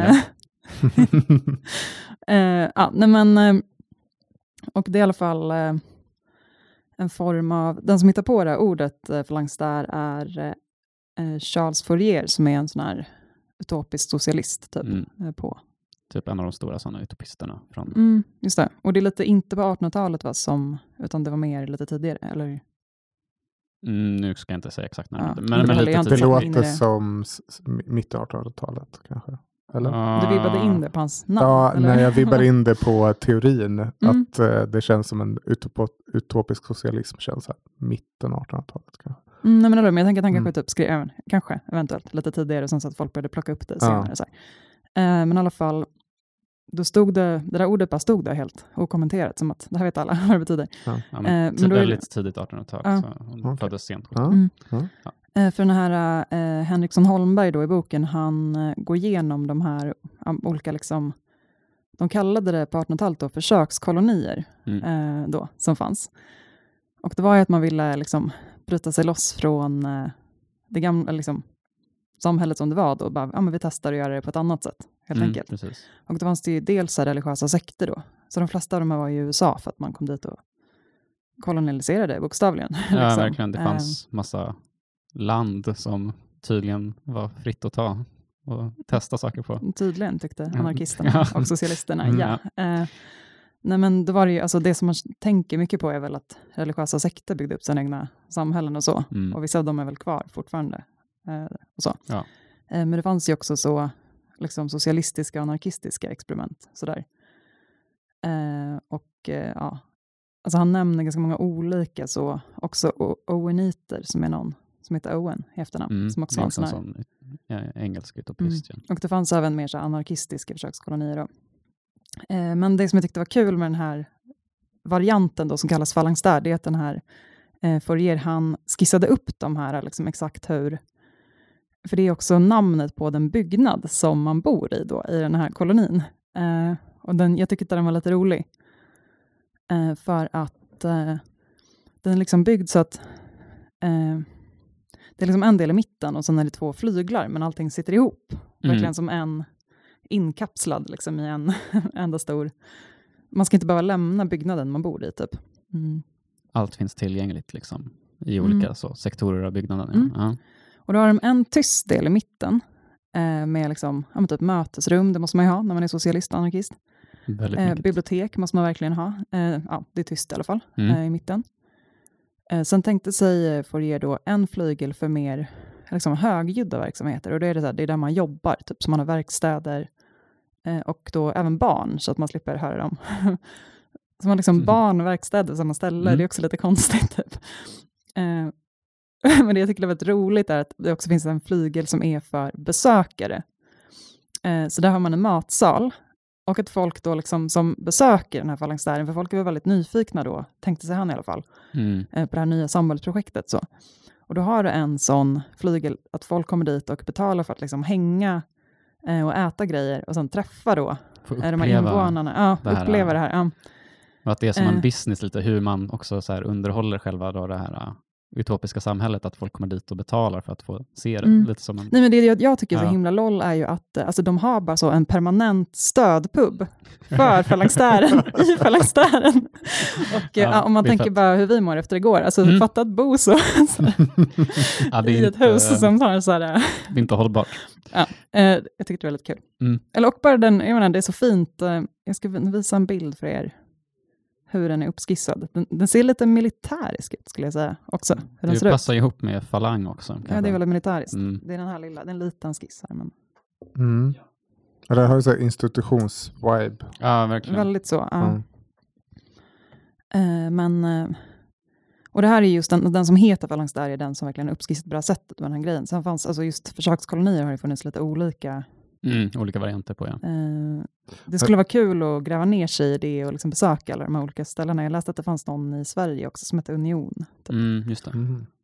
Och det är i alla fall en form av, den som hittar på det här ordet falangstär är Charles Fourier som är en sån här utopisk socialist typ på. Typ en av de stora sådana utopisterna. Från... just det. Och det är lite inte på 1800-talet va, utan det var mer lite tidigare, eller? Nu ska jag inte säga exakt när. Men det låter som mitten av 1800-talet kanske. Eller? Du vibbade in det på hans namn? Ja, när jag vibbar in det på teorin. Att det känns som en utopisk socialism känns här. Mitten av 1800-talet kanske. Nej, men jag tänker att han kanske typ skrev, kanske eventuellt lite tidigare, så att folk började plocka upp det senare. Så här. Men i alla fall, då stod det där ordet bara stod där helt okommenterat, som att det här vet alla vad det betyder. Men då väldigt tidigt 1800-tal, så hon föddes sent. För den här Henriksson Holmberg då i boken, han går igenom de här olika liksom, de kallade det på 1800-talet då försökskolonier då, som fanns. Och det var ju att man ville liksom bryta sig loss från det gamla liksom, samhället som det var då. Bara, men vi testar att göra det på ett annat sätt. helt enkelt. Precis. Och då fanns det ju dels religiösa sekter då. Så de flesta av dem var i USA för att man kom dit och kolonialiserade bokstavligen. Ja, liksom. verkligen. Det fanns massa land som tydligen var fritt att ta och testa saker på. Tydligen tyckte anarkisterna och socialisterna. Nej, men då var det ju, alltså det som man tänker mycket på är väl att religiösa sekter byggde upp sina egna samhällen och så. Och vissa av dem är väl kvar fortfarande. Och så. Ja. Men det fanns ju också så liksom socialistiska och anarkistiska experiment. Sådär. Alltså han nämner ganska många olika så. Också Oweniter som är någon som heter Owen i efternamn. Som också var en sån engelsk utopist. Och det fanns även mer så anarkistiska försökskolonier då. Men det som jag tyckte var kul med den här varianten då som kallas falangstär, det är att den här Fourier, han skissade upp de här liksom exakt hur, för det är också namnet på den byggnad som man bor i då i den här kolonin. Och jag tycker att den var lite rolig. För att den är liksom byggd så att det är liksom en del i mitten och sen är det 2 flyglar, men allting sitter ihop. Verkligen som en inkapslad liksom i en enda stor. Man ska inte behöva lämna byggnaden man bor i typ. Allt finns tillgängligt liksom i olika sektorer av byggnaden. Ja. Och då har de en tyst del i mitten med liksom, typ mötesrum, det måste man ju ha när man är socialist och anarkist. Bibliotek måste man verkligen ha. Det är tyst i alla fall i mitten. Sen tänkte sig Fourier då en flygel för mer liksom högljudda verksamheter. Och det är det är där man jobbar, typ som man har verkstäder och då även barn så att man slipper höra dem. Så man liksom barn och verkstäder på samma ställe, det är också lite konstigt typ. Men det jag tycker är väldigt roligt är att det också finns en flygel som är för besökare. Så där har man en matsal. Och att folk då liksom som besöker den här falangstären, för folk är väldigt nyfikna då, tänkte sig han i alla fall, på det här nya samhällsprojektet. Så. Och då har du en sån flygel att folk kommer dit och betalar för att liksom hänga och äta grejer och sen träffa då de här invånarna. Ja, uppleva det här. Ja. Och att det är som en business lite, hur man också så här underhåller själva då det här utopiska samhället, att folk kommer dit och betalar för att få se det. Lite som en... Nej, men det jag tycker är så himla loll är ju att alltså, de har bara så en permanent stödpub för falangstären i falangstären. Och om man tänker bara hur vi mår efter igår, alltså fatta att bo så i ett hus som tar så här. Det är inte hållbart. Ja, jag tycker det är väldigt kul. Eller och bara den, jag menar, det är så fint. Jag ska visa en bild för er. Hur den är uppskissad. Den ser lite militärisk ut skulle jag säga också. Hur den det passar ihop med falang också. Ja, det är väldigt militäriskt. Det är den här lilla, det är en liten skiss här. Men... Ja, det har ju så här institutionsvibe. Ja, verkligen. Väldigt så, ja. Och det här är just den som heter falangstär är den som verkligen uppskissat på det här sättet med den här grejen. Sen fanns, alltså just försökskolonier har det funnits lite olika varianter på, ja. Det skulle vara kul att gräva ner sig i det och liksom besöka alla de här olika ställena. Jag läste att det fanns någon i Sverige också som heter Union. Typ. Just det.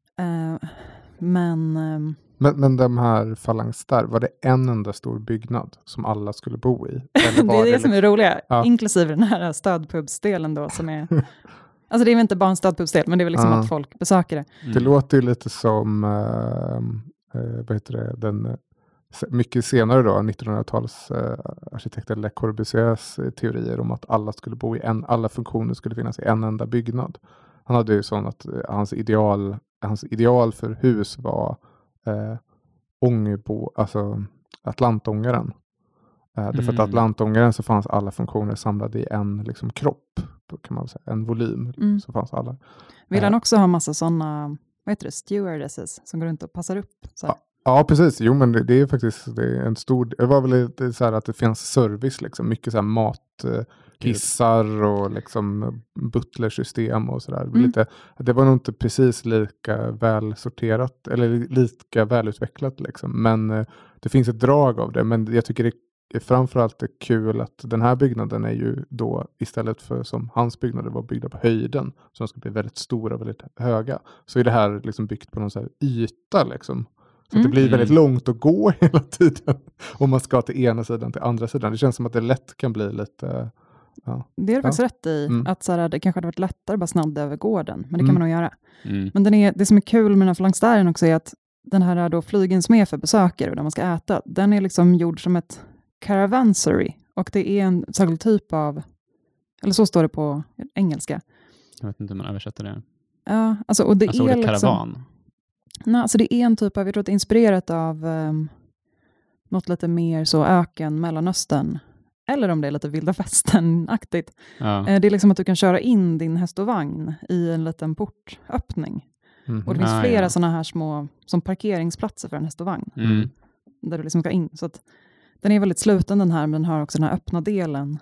Men de här falangstär, var det en enda stor byggnad som alla skulle bo i? Eller var det är det som är roliga, inklusive den här stödpubsdelen då som är... Alltså det är väl inte bara en stödpubsdel, men det är väl liksom att folk besöker det. Det låter ju lite som, vad heter det, den... mycket senare då, 1900-tals arkitekten Le Corbusiers teorier om att alla skulle bo i alla funktioner skulle finnas i en enda byggnad. Han hade ju sån att hans ideal för hus var alltså Atlantångaren. Därför att Atlantångaren så fanns alla funktioner samlade i en liksom kropp, då kan man säga, en volym, så fanns alla. Vill han också ha massa sådana, vad heter det, stewardesses som går runt och passar upp så här? Ja, precis. Jo, men det är faktiskt en stor... Det var väl lite så här att det finns service, liksom. Mycket så här mathissar och liksom butlersystem och sådär. Det var nog inte precis lika väl sorterat eller lika välutvecklat, liksom. Men det finns ett drag av det. Men jag tycker det är framförallt kul att den här byggnaden är ju då, istället för som hans byggnader var byggda på höjden, så de ska bli väldigt stora och väldigt höga, så är det här liksom byggt på någon så här yta, liksom. Så det blir väldigt långt att gå hela tiden om man ska till ena sidan till andra sidan. Det känns som att det lätt kan bli lite... Ja. Det är det faktiskt rätt i. Att så här, det kanske hade varit lättare att bara snabba över gården. Men det kan man nog göra. Men det som är kul med den här falangstären också är att den här då flygen som är för besökare och där man ska äta, den är liksom gjord som ett caravansary. Och det är en särskild typ av, eller så står det på engelska. Jag vet inte hur man översätter det. Ja, alltså, och det alltså är ordet karavan? Liksom, nej, alltså det är en typ av, jag tror att det är inspirerat av något lite mer så öken, Mellanöstern. Eller om det är lite vilda västern-aktigt. Ja. Det är liksom att du kan köra in din häst och vagn i en liten portöppning. Mm. Och det finns flera sådana här små som parkeringsplatser för en häst och vagn. Mm. Där du liksom ska in. Så att den är väldigt sluten den här, men den har också den här öppna delen.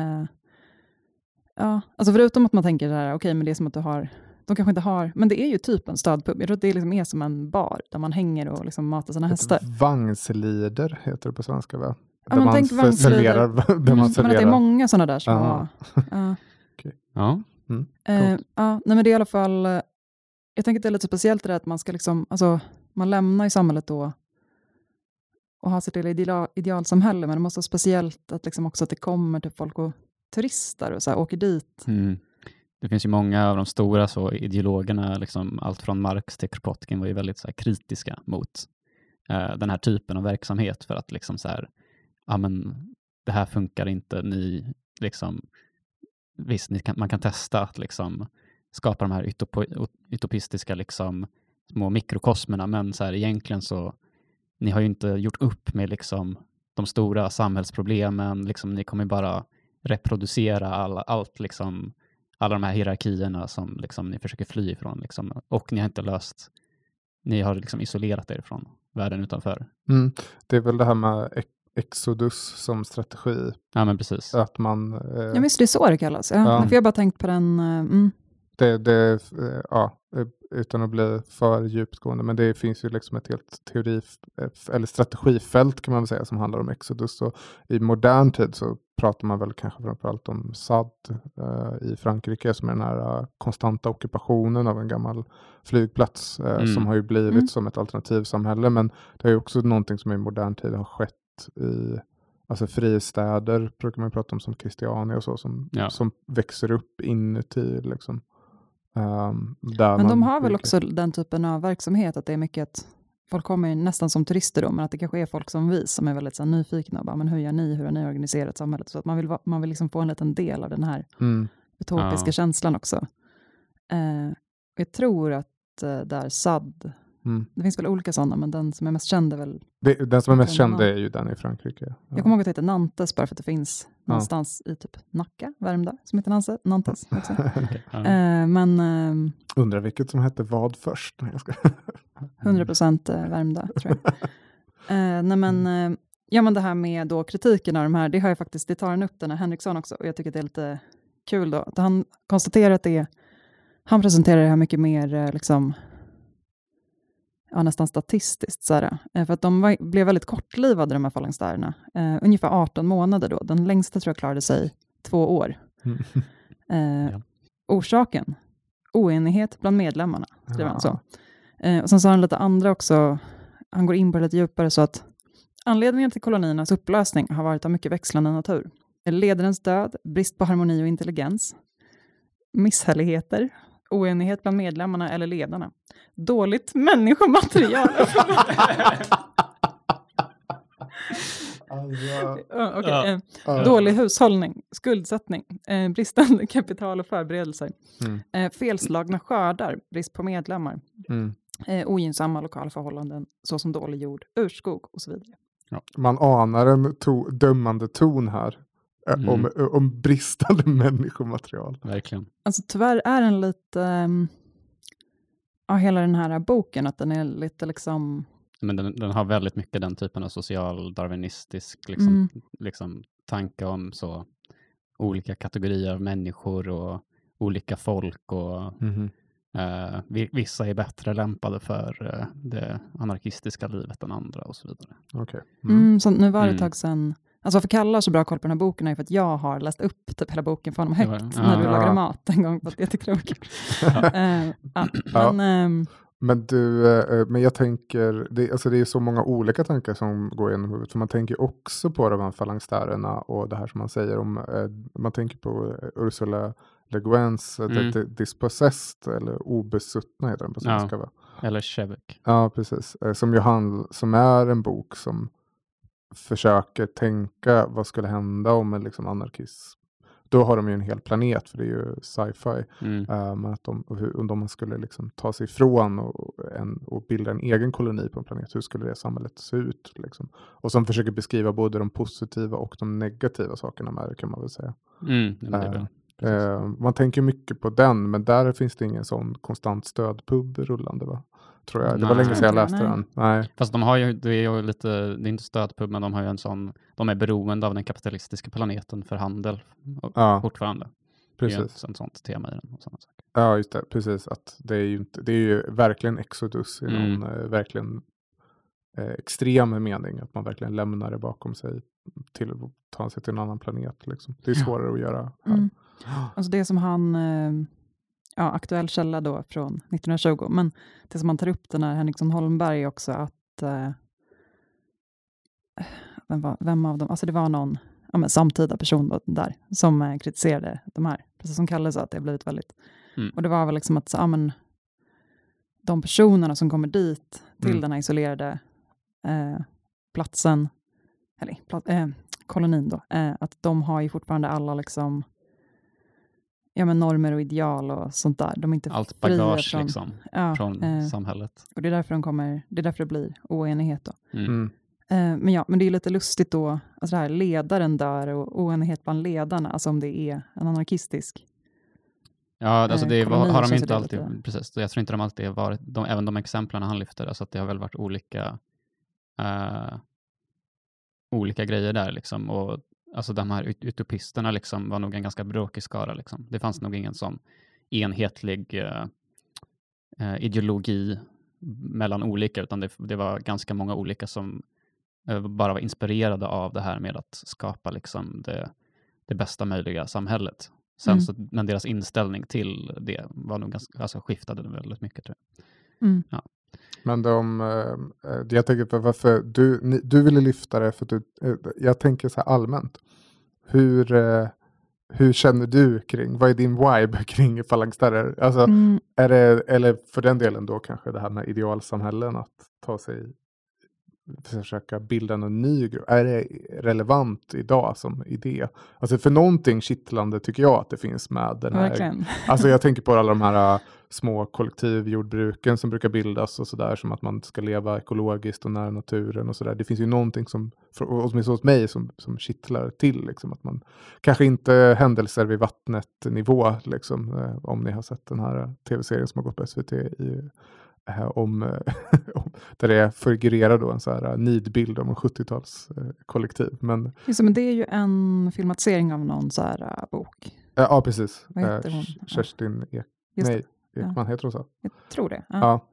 Ja, alltså förutom att man tänker så här, okej, men det är som att du har, de kanske inte har, men det är ju typ en stadpub. Jag tror att det liksom är som en bar där man hänger och liksom matar sina hästar. Vagnslider heter det på svenska, va? Ja, man tänker serverar, där man serverar. Men det är många sådana där små. Okay. Ja. Mm, nej, men det är i alla fall, jag tänker att det är lite speciellt det där att man ska liksom, alltså man lämnar i samhället då och har sitt idealsamhälle, men det måste vara speciellt att liksom också att det kommer till folk och turister och så här, åker dit. Mm. Det finns ju många av de stora så ideologerna, liksom, allt från Marx till Kropotkin var ju väldigt så här, kritiska mot den här typen av verksamhet för att liksom så här, ja men det här funkar inte, ni liksom, visst man kan testa att liksom skapa de här utopistiska liksom små mikrokosmerna, men så här egentligen så ni har ju inte gjort upp med liksom de stora samhällsproblemen, liksom ni kommer bara reproducera allt liksom, alla de här hierarkierna som liksom ni försöker fly ifrån liksom, och ni har inte löst, ni har liksom isolerat er från världen utanför. Mm. Det är väl det här med exodus som strategi. Ja, men precis. Att man... Ja, visst, det är så det kallas. Ja. För jag har bara tänkt på den... utan att bli för djupgående. Men det finns ju liksom ett helt eller strategifält kan man väl säga som handlar om exodus. Och i modern tid så pratar man väl kanske framförallt om SAD i Frankrike som är den här konstanta ockupationen av en gammal flygplats som har ju blivit som ett alternativsamhälle. Men det är ju också någonting som i modern tid har skett i alltså fristäder brukar man prata om som Christiania och så som växer upp inuti liksom. Men de har väl också den typen av verksamhet att det är mycket att folk kommer nästan som turister då, men att det kanske är folk som vi som är väldigt så här, nyfikna och bara, men hur har ni organiserat samhället? Så att man vill liksom få en liten del av den här utopiska känslan också. Jag tror att där SAD, det finns väl olika sådana, men den som är mest känd är väl... Den som är mest känd är ju den i Frankrike. Ja. Jag kommer ihåg att det heter Nantes bara för att det finns någonstans i typ Nacka, Värmdö, som heter Nantes också. Men... undrar vilket som hette vad först. 100% Värmdö, tror jag. Men det här med då kritiken av de här, det har jag faktiskt, det tar han upp den här Henriksson också, och jag tycker att det är lite kul då. Att han konstaterar att han presenterar det här mycket mer liksom... nästan statistiskt. Såhär. För att de blev väldigt kortlivade, de här falangstärerna. Ungefär 18 månader då. Den längsta tror jag klarade sig 2 år. Orsaken? Oenighet bland medlemmarna, skriver han så. Och sen så har han lite andra också. Han går in på det lite djupare så att anledningen till koloniernas upplösning har varit av mycket växlande natur. Ledarens död, brist på harmoni och intelligens, misshälligheter, oenighet bland medlemmarna eller ledarna. Dåligt människomaterial. Dålig hushållning, skuldsättning, bristande kapital och förberedelser. Felslagna skördar, brist på medlemmar. Ogynnsamma lokala förhållanden såsom dålig jord, urskog och så vidare. Ja. Man anar en dömande ton här. Om bristande människomaterial. Verkligen. Alltså tyvärr är den lite... hela den här boken, att den är lite liksom... Men den har väldigt mycket den typen av social darwinistisk liksom tanke om så olika kategorier av människor och olika folk och vissa är bättre lämpade för det anarkistiska livet än andra och så vidare. Okay. Så nu var det ett tag sedan... Alltså för Kalle har så bra koll på den här boken är för att jag har läst upp typ hela boken för honom högt när du lagade mat en gång på ett jättekrok. Men jag tänker, det är så många olika tankar som går igenom huvudet. För man tänker också på de här falangstärerna och det här som man säger om, man tänker på Ursula Le Guins Dispossessed eller obesuttna heter den på svenska, va? Eller Shevek. Ja, precis. Som är en bok som försöker tänka vad skulle hända om en liksom anarkism. Då har de ju en hel planet, för det är ju sci-fi. Men att om de skulle liksom ta sig ifrån och bilda en egen koloni på en planet, hur skulle det samhället se ut? Liksom? Och som försöker beskriva både de positiva och de negativa sakerna med det, kan man väl säga. Man tänker mycket på den, men där finns det ingen sån konstant stödpub rullande, va? Tror jag. Det var länge sedan jag läste den. Nej. Fast de har ju, det är ju lite, det är inte stödpub, men de har ju en sån, de är beroende av den kapitalistiska planeten för handel fortfarande. Precis. Det är ett sånt tema i den och sådana saker. Ja, just det. Precis. Att det är ju verkligen exodus i någon verkligen extrem mening. Att man verkligen lämnar det bakom sig till att ta sig till en annan planet. Liksom. Det är svårare att göra här. Alltså det som han... aktuell källa då från 1920. Men det som man tar upp den här Henriksson Holmberg också, att vem av dem, alltså det var någon samtida person då, där som kritiserade de här, precis som Kalle sa, att det har blivit väldigt och det var väl liksom att de personerna som kommer dit till den här isolerade platsen eller kolonin då, att de har ju fortfarande alla liksom normer och ideal och sånt där. De är inte allt bagage från, från samhället. Och det är därför det blir oenighet då. Men det är lite lustigt då, alltså det här ledaren där och oenighet bland ledarna, alltså om det är en anarkistisk. Ja, alltså det har de inte alltid, precis. Jag tror inte de alltid har varit, även de exemplen han lyfter, alltså att det har väl varit olika grejer där liksom, och alltså de här utopisterna liksom var nog en ganska bråkig skara liksom. Det fanns nog ingen sån enhetlig ideologi mellan olika, utan det var ganska många olika som bara var inspirerade av det här med att skapa liksom det bästa möjliga samhället. Sen men deras inställning till det var nog ganska skiftade väldigt mycket, tror jag. Ja. Men jag tänker på varför du ville lyfta det, för jag tänker så här allmänt. Hur känner du kring, vad är din vibe kring falangstärer? Alltså, är det, eller för den delen då kanske det här med idealsamhällen, att ta sig, försöka bilda någon ny grupp. Är det relevant idag som idé? Alltså för någonting kittlande tycker jag att det finns med den här. Verkligen. Alltså jag tänker på alla de här små kollektivjordbruken som brukar bildas och sådär, som att man ska leva ekologiskt och nära naturen och sådär. Det finns ju någonting som, åtminstone hos mig, som kittlar till liksom, att man kanske inte händelser vid vattnet nivå liksom, om ni har sett den här tv-serien som har gått på SVT där det figurerar då en så här nidbild om en 70-tals kollektiv. Men det är ju en filmatisering av någon så här bok. Ja, precis. Vad heter hon? Kerstin Ekman, heter hon så? Jag tror det.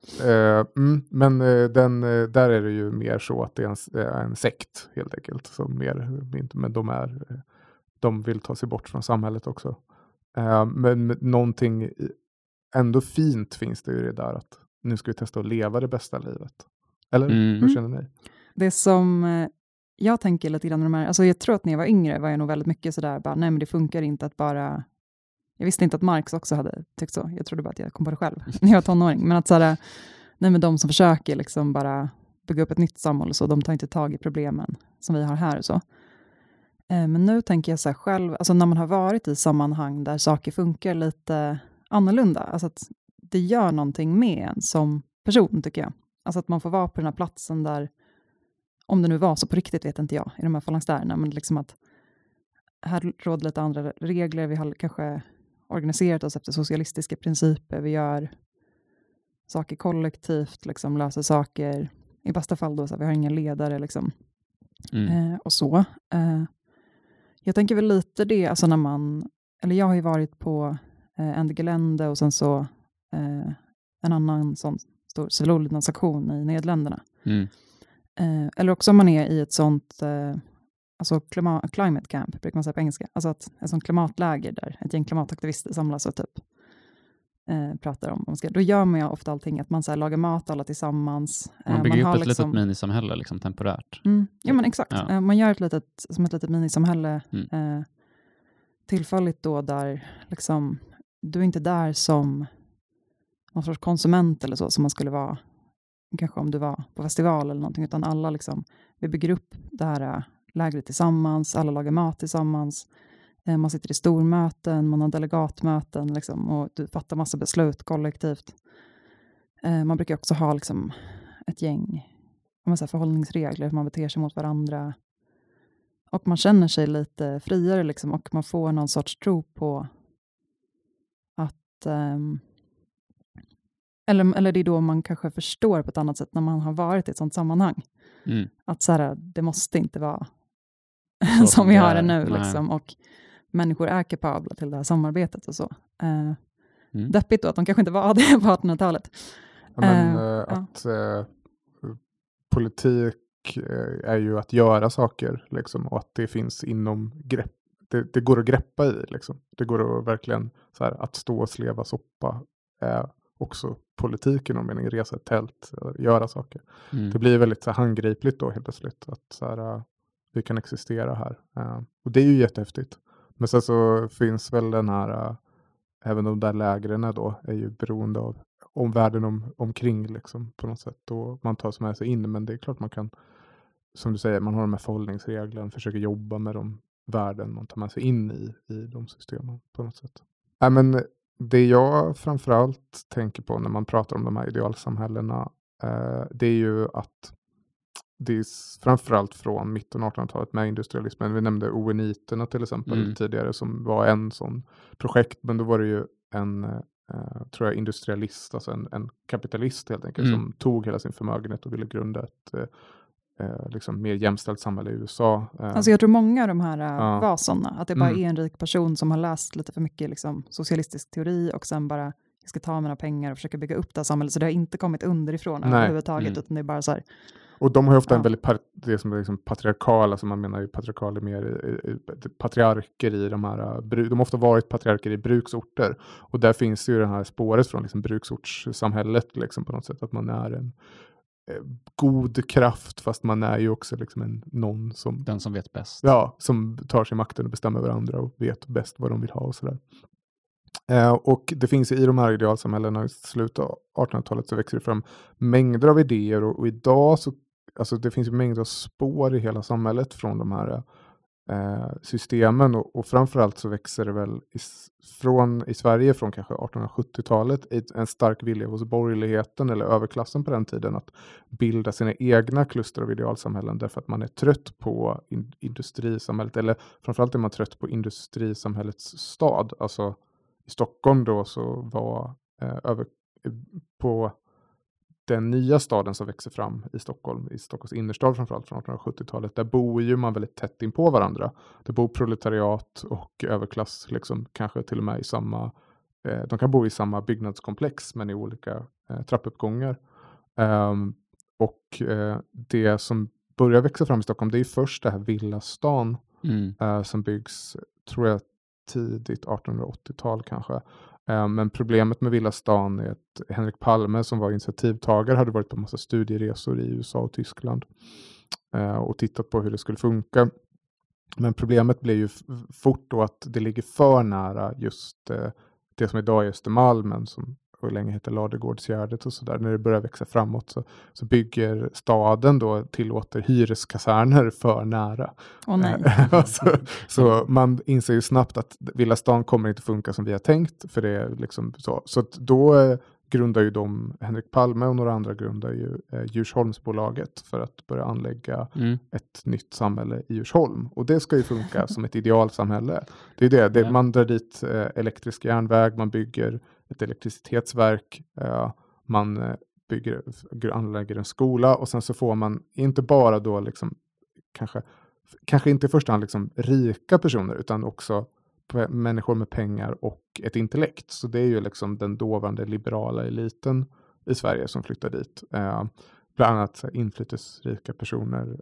Men där är det ju mer så att det är en sekt helt enkelt. Som men de vill ta sig bort från samhället också. Men någonting ändå fint finns det ju det där, att nu ska vi testa att leva det bästa livet. Eller? Hur känner ni? Det som jag tänker lite grann med de här, alltså jag tror att när jag var yngre var jag nog väldigt mycket sådär, bara, nej men det funkar inte att bara, jag visste inte att Marx också hade tyckt så, jag trodde bara att jag kom på det själv när jag var tonåring, men att sådär, nej men de som försöker liksom bara bygga upp ett nytt samhälle och så, de tar inte tag i problemen som vi har här och så. Men nu tänker jag så här själv, alltså när man har varit i sammanhang där saker funkar lite annorlunda, alltså att det gör någonting med en som person, tycker jag. Alltså att man får vara på den här platsen där, om det nu var så på riktigt vet inte jag, i de här falangstärerna, men liksom att här råder lite andra regler, vi har kanske organiserat oss efter socialistiska principer, vi gör saker kollektivt, liksom löser saker, i bästa fall då så vi har ingen ledare liksom. Och så. Jag tänker väl lite det, alltså när jag har ju varit på Ende Gelände och sen så en annan sån stor civilolydnadsaktion i Nederländerna. Eller också om man är i ett sånt alltså climate camp, brukar man säga på engelska. Alltså ett sånt klimatläger där ett gäng klimataktivister samlas och typ pratar om då gör man ju ofta allting, att man så här, lagar mat alla tillsammans. Man bygger upp ett litet minisamhälle liksom, temporärt. Ja men exakt. Ja. Man gör ett litet minisamhälle tillfälligt då, där liksom du är inte där som någon sorts konsument eller så, som man skulle vara kanske om du var på festival eller någonting, utan alla liksom, vi bygger upp det här lägret tillsammans, alla lagar mat tillsammans, man sitter i stormöten, man har delegatmöten liksom, och du fattar massa beslut kollektivt. Man brukar också ha liksom ett gäng förhållningsregler, hur man beter sig mot varandra. Och man känner sig lite friare liksom, och man får någon sorts tro på att eller det är då man kanske förstår på ett annat sätt när man har varit i ett sånt sammanhang. Att så här, det måste inte vara som vi har det nu liksom, och människor är kapabla till det här samarbetet och så. Deppigt då att de kanske inte var det på 1800-talet. Att politik är ju att göra saker liksom, och att det finns inom grepp. Det går att greppa i liksom. Det går att verkligen så här, att stå och sleva soppa är också politiken om meningen, resa ett tält, göra saker. Det blir väldigt så här, handgripligt då helt plötsligt att så här, vi kan existera här. Och det är ju jättehäftigt. Men sen så finns väl den här, även de där lägren då är ju beroende av omvärlden omkring liksom, på något sätt. Och man tar sig med sig in, men det är klart man kan, som du säger, man har de här förhållningsreglerna, försöker jobba med de värden man tar med sig in i de systemen på något sätt. Men det jag framförallt tänker på när man pratar om de här idealsamhällena, det är ju att det är framförallt från mitten av 1800-talet med industrialismen. Vi nämnde oeniterna till exempel tidigare som var en sån projekt, men då var det ju en tror jag industrialist, alltså en kapitalist helt enkelt, som tog hela sin förmögenhet och ville grunda ett liksom mer jämställt samhälle i USA. Alltså jag tror många av de här var sådana, att det bara är en rik person som har läst lite för mycket liksom, socialistisk teori och sen bara, jag ska ta mina pengar och försöka bygga upp det här samhället, så det har inte kommit underifrån överhuvudtaget, utan det är bara så här. Och de har ju ofta en väldigt det som är liksom patriarkal, alltså man menar ju patriarkal är mer patriarker i de här, de har ofta varit patriarker i bruksorter, och där finns ju det här spåret från liksom bruksortssamhället liksom, på något sätt, att man är en god kraft, fast man är ju också liksom någon som... Den som vet bäst. Ja, som tar sig makten och bestämmer över andra och vet bäst vad de vill ha och sådär. Och det finns i de här idealsamhällena i slutet av 1800-talet så växer det fram mängder av idéer, och idag så, alltså det finns ju mängder av spår i hela samhället från de här systemen, och framförallt så växer det väl i Sverige från kanske 1870-talet en stark vilja hos borgerligheten eller överklassen på den tiden att bilda sina egna kluster av idealsamhällen, därför att man är trött på industrisamhället, eller framförallt är man trött på industrisamhällets stad. Alltså i Stockholm då så var på den nya staden som växer fram i Stockholm, i Stockholms innerstad framförallt från 1870-talet, där bor ju man väldigt tätt in på varandra. Det bor proletariat och överklass liksom, kanske till och med i samma, de kan bo i samma byggnadskomplex men i olika trappuppgångar. Och det som börjar växa fram i Stockholm, det är ju först det här villastan som byggs, tror jag, tidigt 1880-tal kanske. Men problemet med villastan är att Henrik Palme, som var initiativtagare, hade varit på en massa studieresor i USA och Tyskland och tittat på hur det skulle funka. Men problemet blev ju fort då att det ligger för nära just det som idag är Östermalmen, som och länge heter Ladugårdsgärdet och sådär. När det börjar växa framåt så bygger staden då, tillåter hyreskaserner för nära. Nej. så man inser ju snabbt att villastan kommer inte funka som vi har tänkt, för det är liksom så. Så då grundar ju Henrik Palme och några andra grundar ju Djursholmsbolaget för att börja anlägga ett nytt samhälle i Djursholm. Och det ska ju funka som ett idealsamhälle. Det är det. Man drar dit elektrisk järnväg, man bygger ett elektricitetsverk, man anlägger en skola, och sen så får man inte bara då liksom kanske inte i första hand liksom rika personer, utan också människor med pengar och ett intellekt. Så det är ju liksom den dåvarande liberala eliten i Sverige som flyttar dit. Bland annat inflytelserika personer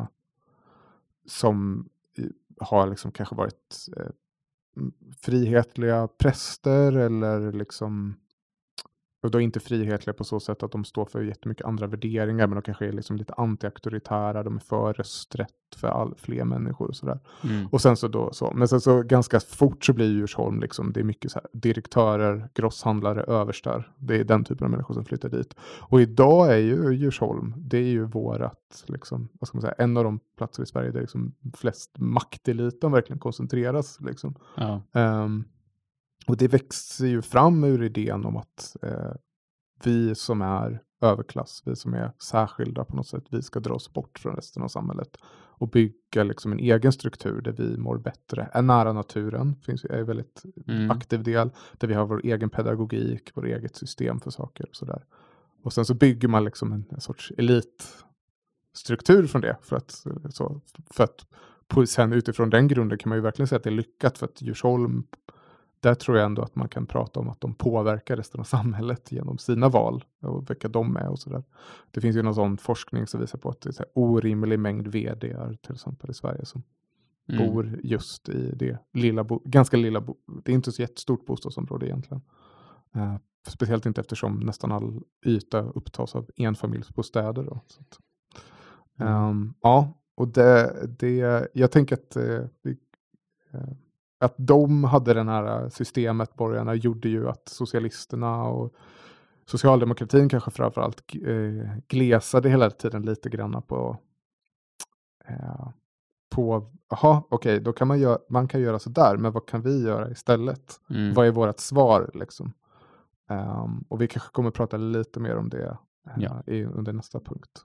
som har liksom kanske varit frihetliga präster eller liksom och då är inte frihetliga på så sätt att de står för jättemycket andra värderingar, men de kanske är liksom lite anti-auktoritära, de är för rösträtt för fler människor och sådär. Och sen men sen så ganska fort så blir Djursholm liksom, det är mycket så här direktörer, grosshandlare, överstar. Det är den typen av människor som flyttar dit. Och idag är ju Djursholm, det är ju vårat liksom, vad ska man säga, en av de platser i Sverige där liksom flest makteliten verkligen koncentreras liksom. Ja. Och det växer ju fram ur idén om att vi som är överklass, vi som är särskilda på något sätt, vi ska dra oss bort från resten av samhället och bygga liksom en egen struktur där vi mår bättre. Är nära naturen, är en väldigt aktiv del, där vi har vår egen pedagogik, vår eget system för saker och sådär. Och sen så bygger man liksom en sorts elitstruktur från det, för att sen utifrån den grunden kan man ju verkligen säga att det är lyckat, för att Djursholm, där tror jag ändå att man kan prata om att de påverkar resten av samhället genom sina val och vilka de är och sådär. Det finns ju någon sån forskning som visar på att det är så här orimlig mängd vd:ar till exempel i Sverige som bor just i det ganska lilla, det är inte så jättestort bostadsområde egentligen. Speciellt inte eftersom nästan all yta upptas av enfamiljsbostäder då. Så att, och jag tänker att de hade den här systemet, borgarna, gjorde ju att socialisterna och socialdemokratin kanske framförallt glesade hela tiden lite grann på då kan man kan göra så där, men vad kan vi göra istället? Vad är vårt svar liksom? Och vi kanske kommer att prata lite mer om det under nästa punkt.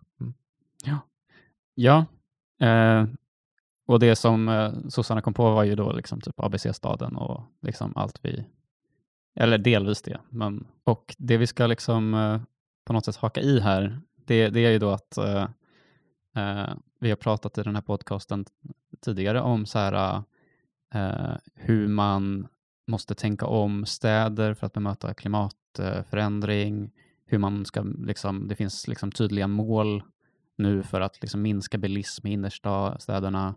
Ja. Och det som sossarna kom på var ju då liksom typ ABC-staden och liksom allt eller delvis det. Och det vi ska liksom på något sätt haka i här, det är ju då att vi har pratat i den här podcasten tidigare om så här hur man måste tänka om städer för att bemöta klimatförändring, hur man ska liksom, det finns liksom tydliga mål nu för att liksom minska bilism i innerstäderna.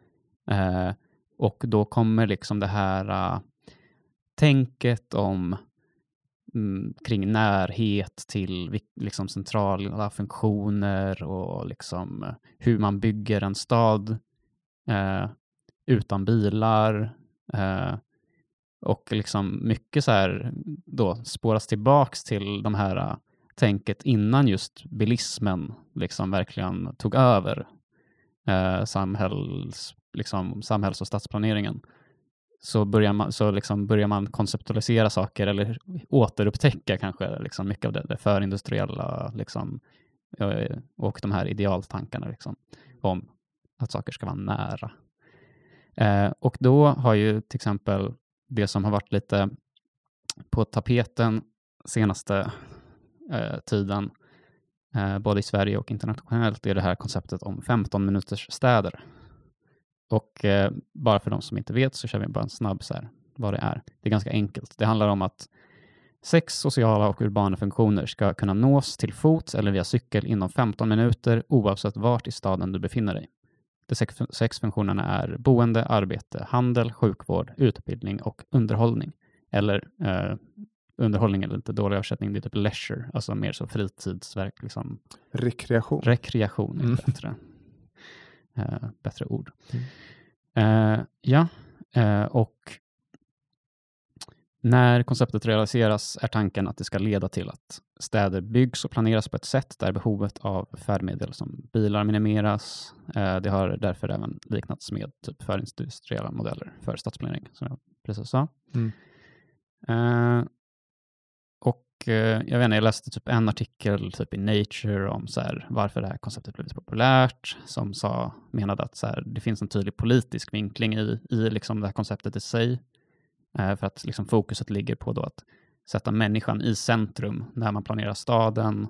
Och då kommer liksom det här tänket om kring närhet till liksom centrala funktioner och liksom hur man bygger en stad utan bilar och liksom mycket så här då spåras tillbaks till de här tänket innan just bilismen liksom verkligen tog över samhälls- och stadsplaneringen. Så börjar man konceptualisera saker eller återupptäcka kanske liksom mycket av det förindustriella liksom, och de här idealtankarna liksom, om att saker ska vara nära. Och då har ju till exempel det som har varit lite på tapeten senaste tiden, både i Sverige och internationellt, är det här konceptet om 15 minuters städer. Och bara för de som inte vet så kör vi bara en snabb så här, vad det är. Det är ganska enkelt. Det handlar om att 6 sociala och urbana funktioner ska kunna nås till fots eller via cykel inom 15 minuter oavsett vart i staden du befinner dig. De 6 funktionerna är boende, arbete, handel, sjukvård, utbildning och underhållning. Eller underhållning är lite dålig översättning, det är typ leisure, alltså mer så fritidsverk. Liksom. Rekreation är bättre. Bättre ord. Och när konceptet realiseras är tanken att det ska leda till att städer byggs och planeras på ett sätt där behovet av färdmedel som bilar minimeras. Det har därför även liknats med typ förindustriella modeller för stadsplanering, som jag precis sa. Jag läste typ en artikel typ i Nature om så här, varför det här konceptet blivit populärt, som menade att så här, det finns en tydlig politisk vinkling i liksom det här konceptet i sig, för att liksom fokuset ligger på då att sätta människan i centrum när man planerar staden,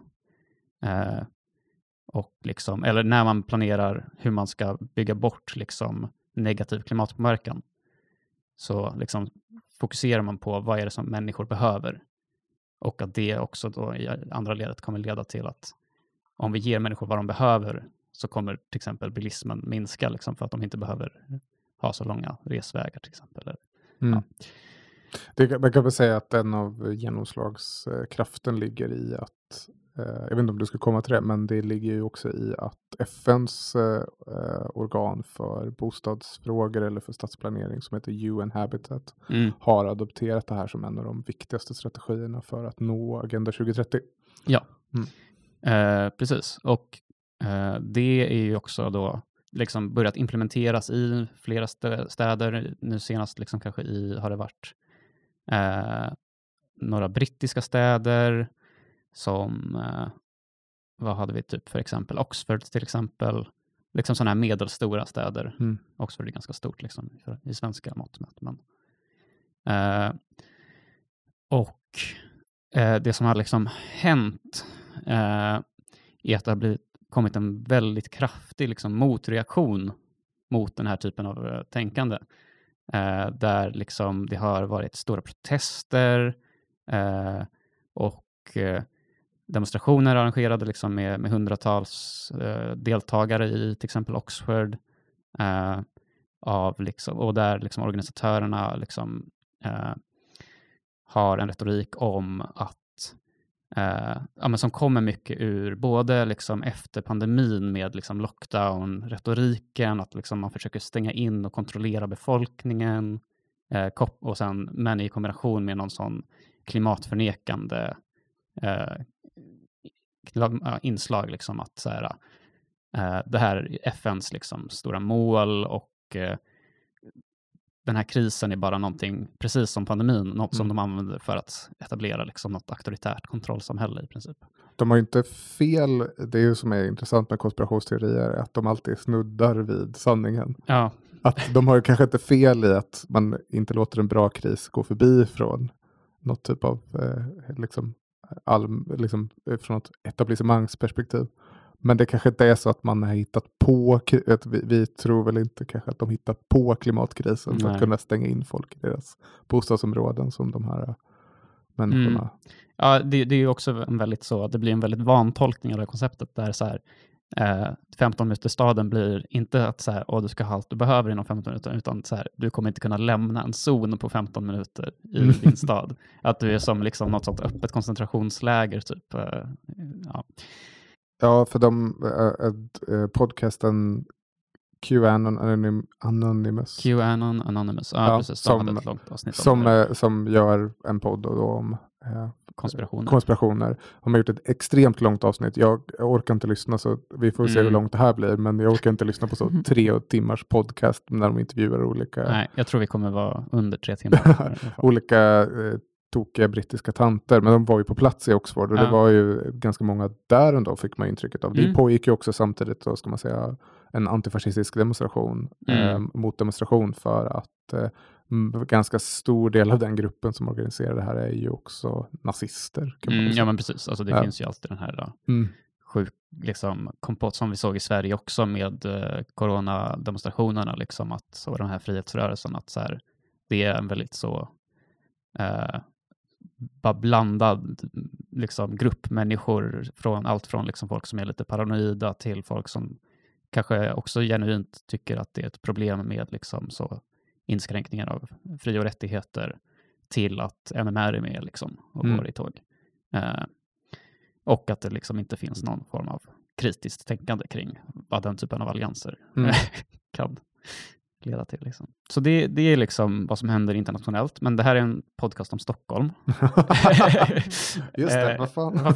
och liksom, eller när man planerar hur man ska bygga bort liksom negativ klimatpåverkan, så liksom fokuserar man på vad är det som människor behöver. Och att det också då i andra ledet kommer leda till att om vi ger människor vad de behöver så kommer till exempel bilismen minska liksom, för att de inte behöver ha så långa resvägar till exempel. Man kan väl säga att en av genomslagskraften ligger i att, jag vet inte om du ska komma till det, men det ligger ju också i att FNs organ för bostadsfrågor eller för stadsplanering som heter UN Habitat har adopterat det här som en av de viktigaste strategierna för att nå Agenda 2030. Ja, precis. Och det är ju också då liksom börjat implementeras i flera städer. Nu senast liksom kanske har det varit några brittiska städer som, vad hade vi typ för exempel? Oxford till exempel. Liksom sådana här medelstora städer. Oxford är ganska stort liksom i svenska mått mätt. Men, och det som har liksom hänt är att det har kommit en väldigt kraftig liksom motreaktion mot den här typen av tänkande. Där liksom det har varit stora protester och demonstrationer arrangerade liksom med hundratals deltagare i till exempel Oxford. Och där liksom organisatörerna liksom, har en retorik om att men som kommer mycket ur både liksom efter pandemin med liksom lockdown-retoriken, att liksom man försöker stänga in och kontrollera befolkningen, och sen, men i kombination med någon sån klimatförnekande inslag, liksom att så här, det här är FNs liksom stora mål och den här krisen är bara någonting, precis som pandemin, något som de använder för att etablera liksom något auktoritärt kontrollsamhälle i princip. De har ju inte fel, det är ju som är intressant med konspirationsteorier, att de alltid snuddar vid sanningen. Ja. Att de har ju kanske inte fel i att man inte låter en bra kris gå förbi från något typ av liksom från ett etablissemangsperspektiv. Men det kanske inte är så att man har hittat på, vi tror väl inte kanske att de hittat på klimatkrisen för att kunna stänga in folk i deras bostadsområden som de här människorna. Ja, det är ju också en väldigt så, det blir en väldigt vantolkning av det konceptet där så här 15 minuter staden blir inte att så här, du ska ha allt du behöver inom 15 minuter, utan så här, du kommer inte kunna lämna en zon på 15 minuter i din stad. Att du är som liksom något sånt öppet koncentrationsläger typ. Ja, för podcasten QAnon Anonymous. QAnon Anonymous, ja precis. Som gör en podd om konspirationer. De har gjort ett extremt långt avsnitt. Jag orkar inte lyssna, så vi får se hur långt det här blir. Men jag orkar inte lyssna på så 3 timmars podcast när de intervjuar olika... Nej, jag tror vi kommer vara under 3 timmar. olika tokiga brittiska tanter. Men de var ju på plats i Oxford. Och det var ju ganska många där ändå, fick man intrycket av. Det pågick ju också samtidigt, då ska man säga, en antifascistisk demonstration. Motdemonstration, för att ganska stor del av den gruppen som organiserar det här är ju också nazister. Kan man säga. Ja, men precis. Alltså, det finns ju alltid den här liksom, kompott som vi såg i Sverige också med coronademonstrationerna. Liksom, och de här frihetsrörelserna. Att så här, det är en väldigt så blandad liksom, grupp människor. Från allt från liksom, folk som är lite paranoida till folk som kanske också genuint tycker att det är ett problem med liksom, så inskränkningar av fri- och rättigheter, till att NMR är med liksom, och går i tåg. Och att det liksom inte finns någon form av kritiskt tänkande kring vad den typen av allianser kan leda till. Liksom. Så det är liksom vad som händer internationellt. Men det här är en podcast om Stockholm. Just det, vad fan.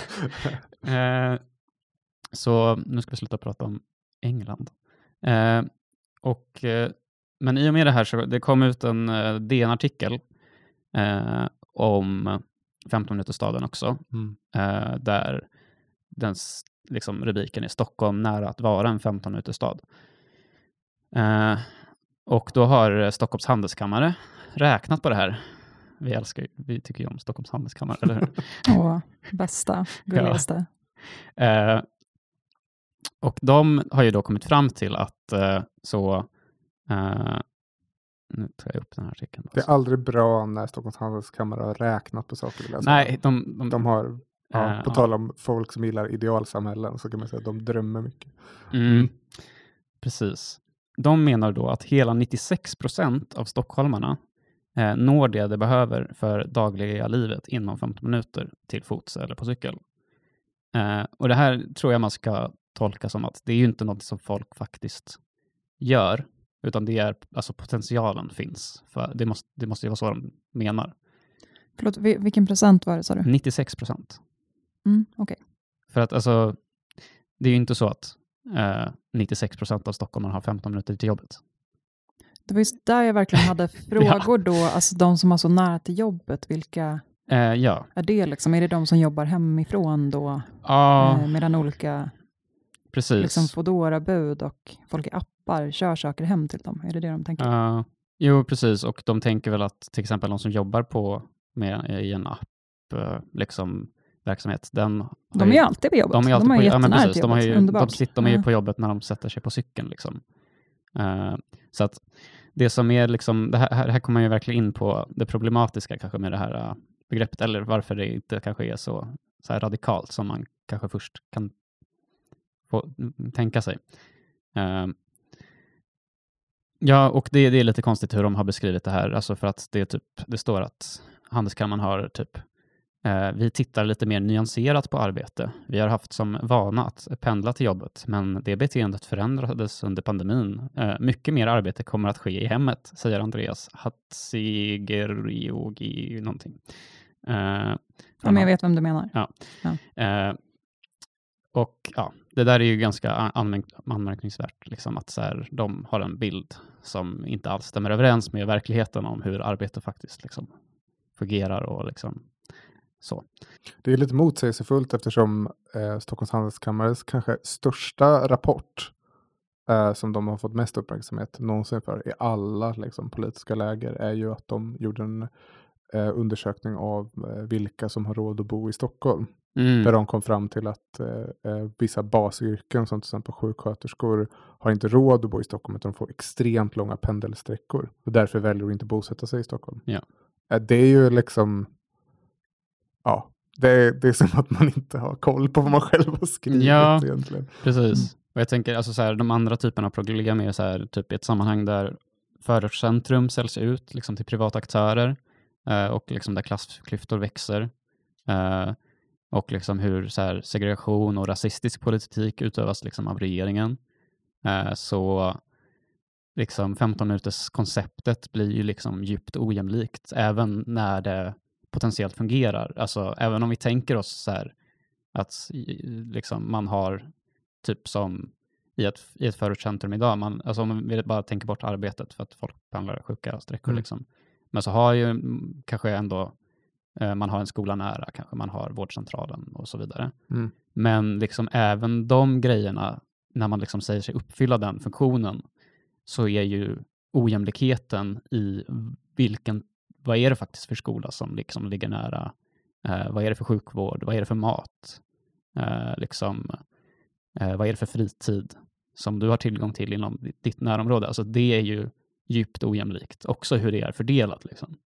Så nu ska vi sluta prata om England. Men i och med det här så det kom ut en DN-artikel om 15 minuter staden också. Där den liksom, rubriken är Stockholm nära att vara en 15 minuter stad. Och då har Stockholms handelskammare räknat på det här. Vi tycker ju om Stockholms handelskammare, eller hur? Bästa, gulligaste. Och de har ju då kommit fram till att nu tar jag upp den här artikeln. Det är aldrig bra när Stockholms handelskammare har räknat på saker. Nej, de har, på tal om folk som gillar idealsamhällen, så kan man säga att de drömmer mycket. Precis. De menar då att hela 96% av stockholmarna når det behöver för dagliga livet inom 15 minuter till fots eller på cykel. Och det här tror jag man ska tolka som att det är ju inte något som folk faktiskt gör, utan det är alltså potentialen finns. För det måste ju vara så de menar. Förlåt, vilken procent var det, sa du? 96%. Okej. För att alltså, det är ju inte så att 96% av stockholmarna har 15 minuter till jobbet. Det var just där jag verkligen hade frågor då. Alltså de som har så nära till jobbet, vilka är det liksom? Är det de som jobbar hemifrån då? Medan olika liksom Foodora-bud och folk i appar kör saker hem till dem? Är det de tänker? Jo, precis. Och de tänker väl att till exempel de som jobbar i en app liksom verksamhet. De är ju alltid på jobbet. De är jättenära till jobbet. De är ju på jobbet när de sätter sig på cykeln. Liksom. Så att det som är liksom, det här kommer man ju verkligen in på det problematiska kanske med det här begreppet, eller varför det inte kanske är så här radikalt som man kanske först kan få tänka sig. Ja, och det är lite konstigt hur de har beskrivit det här, alltså för att det står att Handelskammaren har vi tittar lite mer nyanserat på arbete. Vi har haft som vana att pendla till jobbet, men det beteendet förändrades under pandemin. Mycket mer arbete kommer att ske i hemmet, säger Andreas Hatzigeriogi någonting. Men jag vet vem du menar. Ja. Och ja, det där är ju ganska anmärkningsvärt, liksom, att så här, de har en bild som inte alls stämmer överens med verkligheten om hur arbete faktiskt liksom fungerar och liksom så. Det är lite motsägelsefullt eftersom Stockholms Handelskammares kanske största rapport som de har fått mest uppmärksamhet någonsin för i alla liksom, politiska läger är ju att de gjorde en undersökning av vilka som har råd att bo i Stockholm. Där de kom fram till att vissa basyrken som till exempel sjuksköterskor har inte råd att bo i Stockholm, utan de får extremt långa pendelsträckor och därför väljer de inte bosätta sig i Stockholm. Ja. Det är ju liksom det är som att man inte har koll på vad man själv har skrivit egentligen. Precis. Och jag tänker alltså så här, de andra typerna av problem är så här, typ i ett sammanhang där förortscentrum säljs ut liksom till privata aktörer och liksom där klassklyftor växer. Och liksom hur så här, segregation och rasistisk politik utövas liksom av regeringen. Så liksom 15 minuters konceptet blir ju liksom djupt ojämlikt även när det potentiellt fungerar. Alltså även om vi tänker oss så här att liksom man har typ som i ett förortscentrum idag, alltså om vi bara tänker bort arbetet för att folk pendlar sjuka sträckor liksom. Men så har ju kanske ändå man har en skola nära, kanske man har vårdcentralen och så vidare. Men liksom även de grejerna, när man liksom säger sig uppfylla den funktionen, så är ju ojämlikheten i vad är det faktiskt för skola som liksom ligger nära? Vad är det för sjukvård? Vad är det för mat? Vad är det för fritid som du har tillgång till inom ditt närområde? Alltså det är ju djupt ojämlikt. Också hur det är fördelat liksom.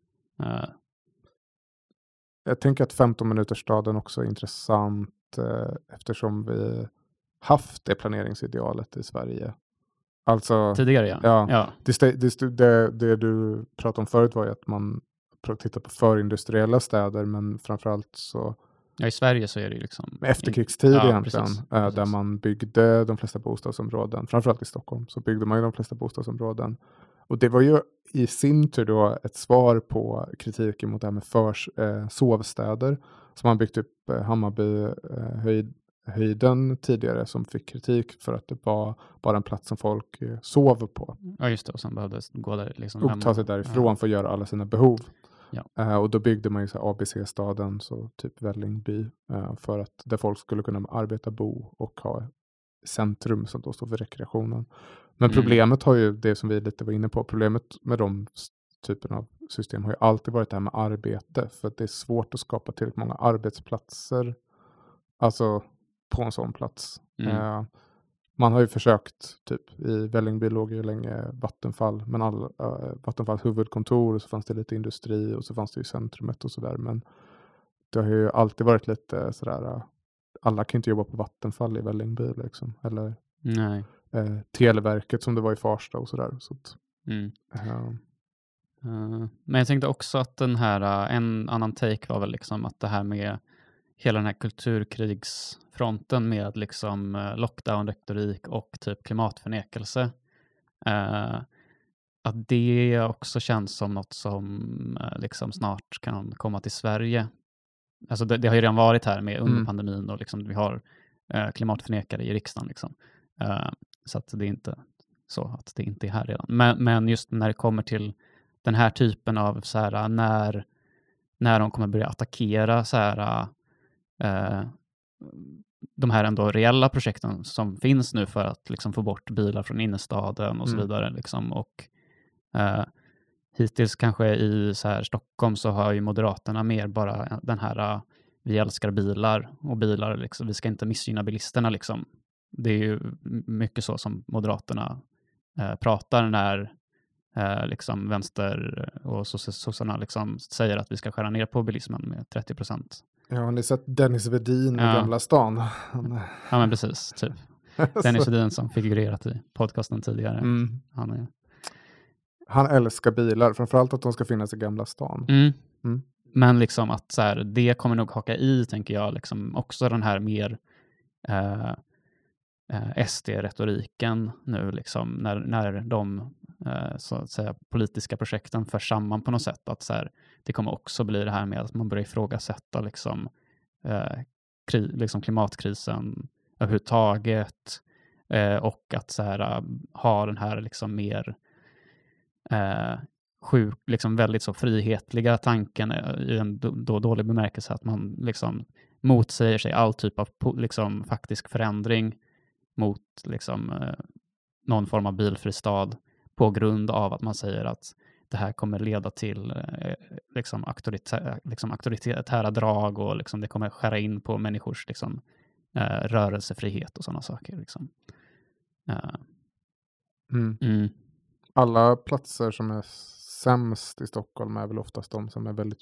Jag tänker att 15 minuters staden också är intressant eftersom vi haft det planeringsidealet i Sverige. Alltså, tidigare, ja. Det du pratade om förut var ju att man tittar på förindustriella städer, men framförallt så... Ja, i Sverige så är det liksom... Efterkrigstid egentligen, precis. Där man byggde de flesta bostadsområden. Framförallt i Stockholm så byggde man ju de flesta bostadsområden. Och det var ju i sin tur då ett svar på kritiken mot det här med sovstäder. Som man byggt upp Hammarby höjden tidigare, som fick kritik för att det var bara en plats som folk sov på. Ja, just det. Och sen behövde gå där liksom och ta sig därifrån för att göra alla sina behov. Ja. Och då byggde man ju så här ABC-staden, så typ Vällingby, för att där folk skulle kunna arbeta, bo och ha centrum som då står för rekreationen. Men problemet har ju, det som vi lite var inne på, problemet med de typen av system har ju alltid varit det här med arbete. För att det är svårt att skapa tillräckligt många arbetsplatser. Alltså på en sån plats. Man har ju försökt, typ i Vällingby låg ju länge Vattenfall, men Vattenfalls huvudkontor, och så fanns det lite industri och så fanns det ju centrumet och sådär. Men det har ju alltid varit lite sådär, alla kan inte jobba på Vattenfall i Vällingby liksom. Eller Televerket som det var i Farsta och sådär. Så att, Men jag tänkte också att den här, en annan take var väl liksom att det här med hela den här kulturkrigsfronten med liksom lockdown-retorik och typ klimatförnekelse. Att det också känns som något som liksom snart kan komma till Sverige. Alltså det har ju redan varit här med under pandemin och liksom vi har klimatförnekare i riksdagen liksom. Så att det är inte så att det inte är här redan. Men just när det kommer till den här typen av så här, när de kommer börja attackera så här de här ändå reella projekten som finns nu för att liksom få bort bilar från innerstaden och så vidare liksom. Och hittills kanske i så här Stockholm så har ju Moderaterna mer bara den här vi älskar bilar och bilar liksom, vi ska inte missgynna bilisterna liksom. Det är ju mycket så som Moderaterna pratar när liksom vänster och sossarna liksom säger att vi ska skära ner på bilismen med 30%. Ja, har ni sett Dennis Vedin i Gamla stan? Ja, men precis. Typ. Dennis Vedin som figurerat i podcasten tidigare. Han älskar bilar, framförallt att de ska finnas i Gamla stan. Men liksom att så här, det kommer nog haka i, tänker jag, liksom också den här mer SD-retoriken nu, liksom, när de så att säga, politiska projekten förs samman på något sätt. Att så här, det kommer också bli det här med att man börjar ifrågasätta liksom, liksom klimatkrisen överhuvudtaget och att så här, ha den här liksom mer liksom väldigt så frihetliga tanken i en dålig bemärkelse att man liksom motsäger sig all typ av liksom faktisk förändring mot liksom någon form av bilfri stad på grund av att man säger att det här kommer leda till liksom auktoritära drag och liksom det kommer skära in på människors liksom rörelsefrihet och sådana saker liksom. Alla platser som är sämst i Stockholm är väl oftast de som är väldigt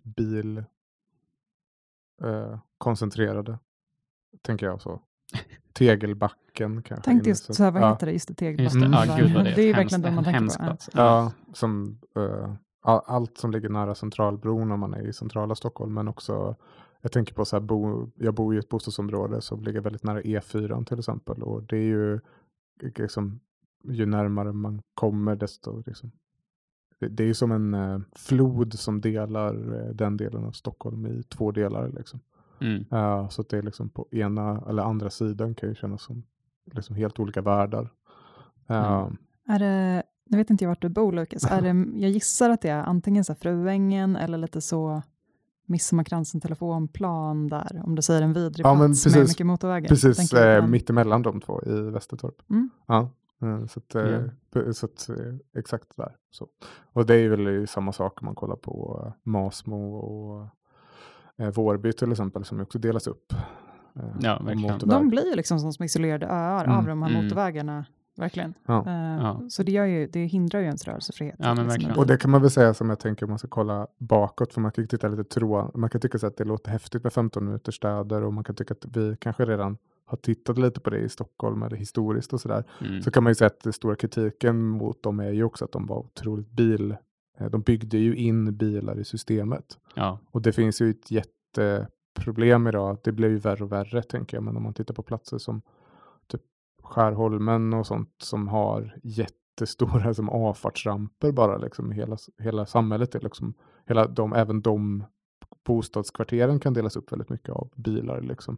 koncentrerade, tänker jag så. Tegelbacken kanske. Tänkte just så här, vad heter det? Just det, Tegelbacken. Det är verkligen det man tänker på. Ja, som allt som ligger nära Centralbron när man är i centrala Stockholm, men också jag tänker på så här, jag bor i ett bostadsområde som ligger väldigt nära E4 till exempel, och det är ju liksom, ju närmare man kommer desto liksom, det är ju som en flod som delar den delen av Stockholm i två delar liksom. Så att det är liksom på ena eller andra sidan kan ju kännas som liksom helt olika världar. Är det, nu vet inte jag vart du bor, Lukas. Jag gissar att det är antingen så här Fruängen eller lite så Midsommarkransen telefonplan där, om du säger en vidrig plats precis, med mycket motorvägar. Precis mittemellan de två i Västertorp. Ja. Så att exakt där. Så. Och det är väl samma sak om man kollar på Masmo och Vårby till exempel, som också delas upp. Ja, verkligen. De blir ju liksom som isolerade öar av de här motorvägarna. Verkligen. Så det hindrar ju ens rörelsefrihet. Ja, men verkligen. Och det kan man väl säga, som jag tänker, om man ska kolla bakåt, för man kan titta lite man kan tycka så att det låter häftigt med 15 minuters städer, och man kan tycka att vi kanske redan har tittat lite på det i Stockholm eller historiskt och sådär. Så kan man ju säga att den stora kritiken mot dem är ju också att de var otroligt de byggde ju in bilar i systemet. Ja. Och det finns ju ett jätteproblem idag. Det blev ju värre och värre, tänker jag. Men om man tittar på platser som typ Skärholmen och sånt som har jättestora som avfartsramper bara liksom, hela samhället är liksom, även de bostadskvarteren kan delas upp väldigt mycket av bilar liksom.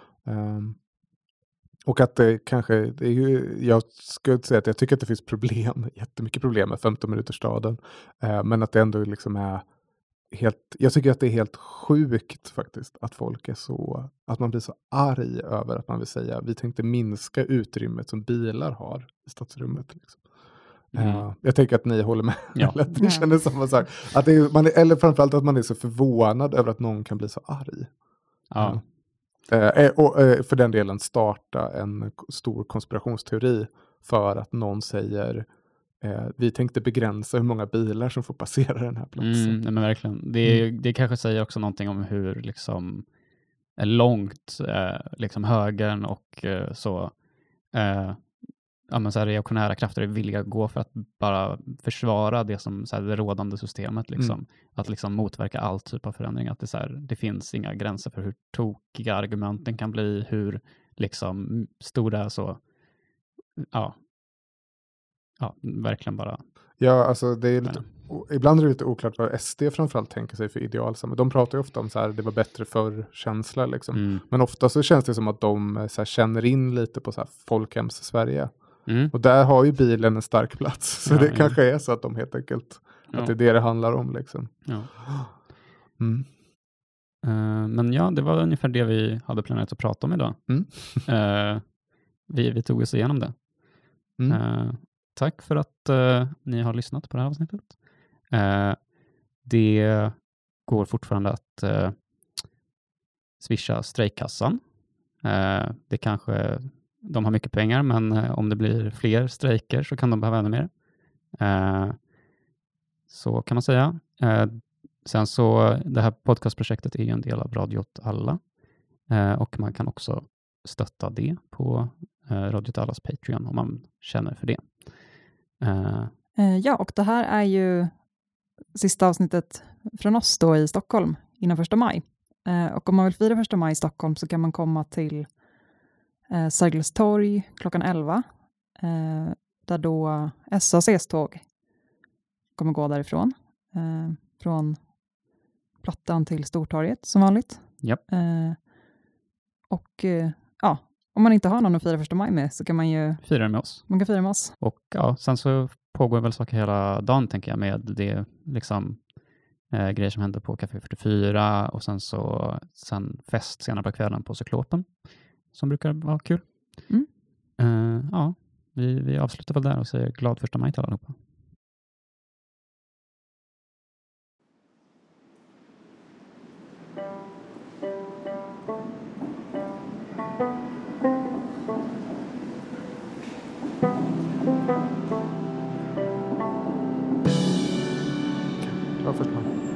Och att det kanske, det är ju, jag skulle säga att jag tycker att det finns jättemycket problem med 15 minuters staden. Men att det ändå liksom är jag tycker att det är helt sjukt faktiskt att folk är så, att man blir så arg över att man vill säga, vi tänkte minska utrymmet som bilar har i stadsrummet liksom. Jag tänker att ni håller med. Eller att ni känner samma sak. Att eller framförallt att man är så förvånad över att någon kan bli så arg. Ja. Och för den delen starta en stor konspirationsteori för att någon säger vi tänkte begränsa hur många bilar som får passera den här platsen. Nej, men verkligen. Det kanske säger också någonting om hur liksom långt liksom högern och så så här, reaktionära krafter är villiga att gå för att bara försvara det som så här, det rådande systemet. Liksom. Att liksom motverka all typ av förändring. Att det, så här, det finns inga gränser för hur tokiga argumenten kan bli, hur liksom stora så ja, verkligen bara. Ja, alltså det är lite, ibland är det lite oklart vad SD framförallt tänker sig för idealsamhälle. De pratar ju ofta om så här, det var bättre för känsla liksom. Men ofta så känns det som att de så här, känner in lite på så här folkhems-Sverige. Och där har ju bilen en stark plats. Så det kanske är så att de helt enkelt, att det är det handlar om liksom. Ja. Men ja, det var ungefär det vi hade planerat att prata om idag. Vi tog oss igenom det. Tack för att ni har lyssnat på det här avsnittet. Det går fortfarande att swisha strejkkassan. Det kanske, de har mycket pengar, men om det blir fler strejker så kan de behöva ännu mer. Så kan man säga. Sen så, det här podcastprojektet är ju en del av Radio åt alla. Och man kan också stötta det på Radio åt allas Patreon om man känner för det. Ja, och det här är ju sista avsnittet från oss då i Stockholm innan 1 maj. Och om man vill fira 1 maj i Stockholm så kan man komma till Sergels torg klockan 11. Där då SACs tåg kommer gå därifrån. Från Plattan till Stortorget som vanligt. Yep. Och ja, om man inte har någon att fira 1 maj med så kan man ju fira med oss. Man kan fira med oss. Och ja, sen så pågår väl saker hela dagen tänker jag med det liksom grejer som händer på Café 44 och sen fest senare på kvällen på Cyklopen som brukar vara kul. Ja, vi avslutar väl där och säger glad 1 maj till allihopa. Glad 1 maj.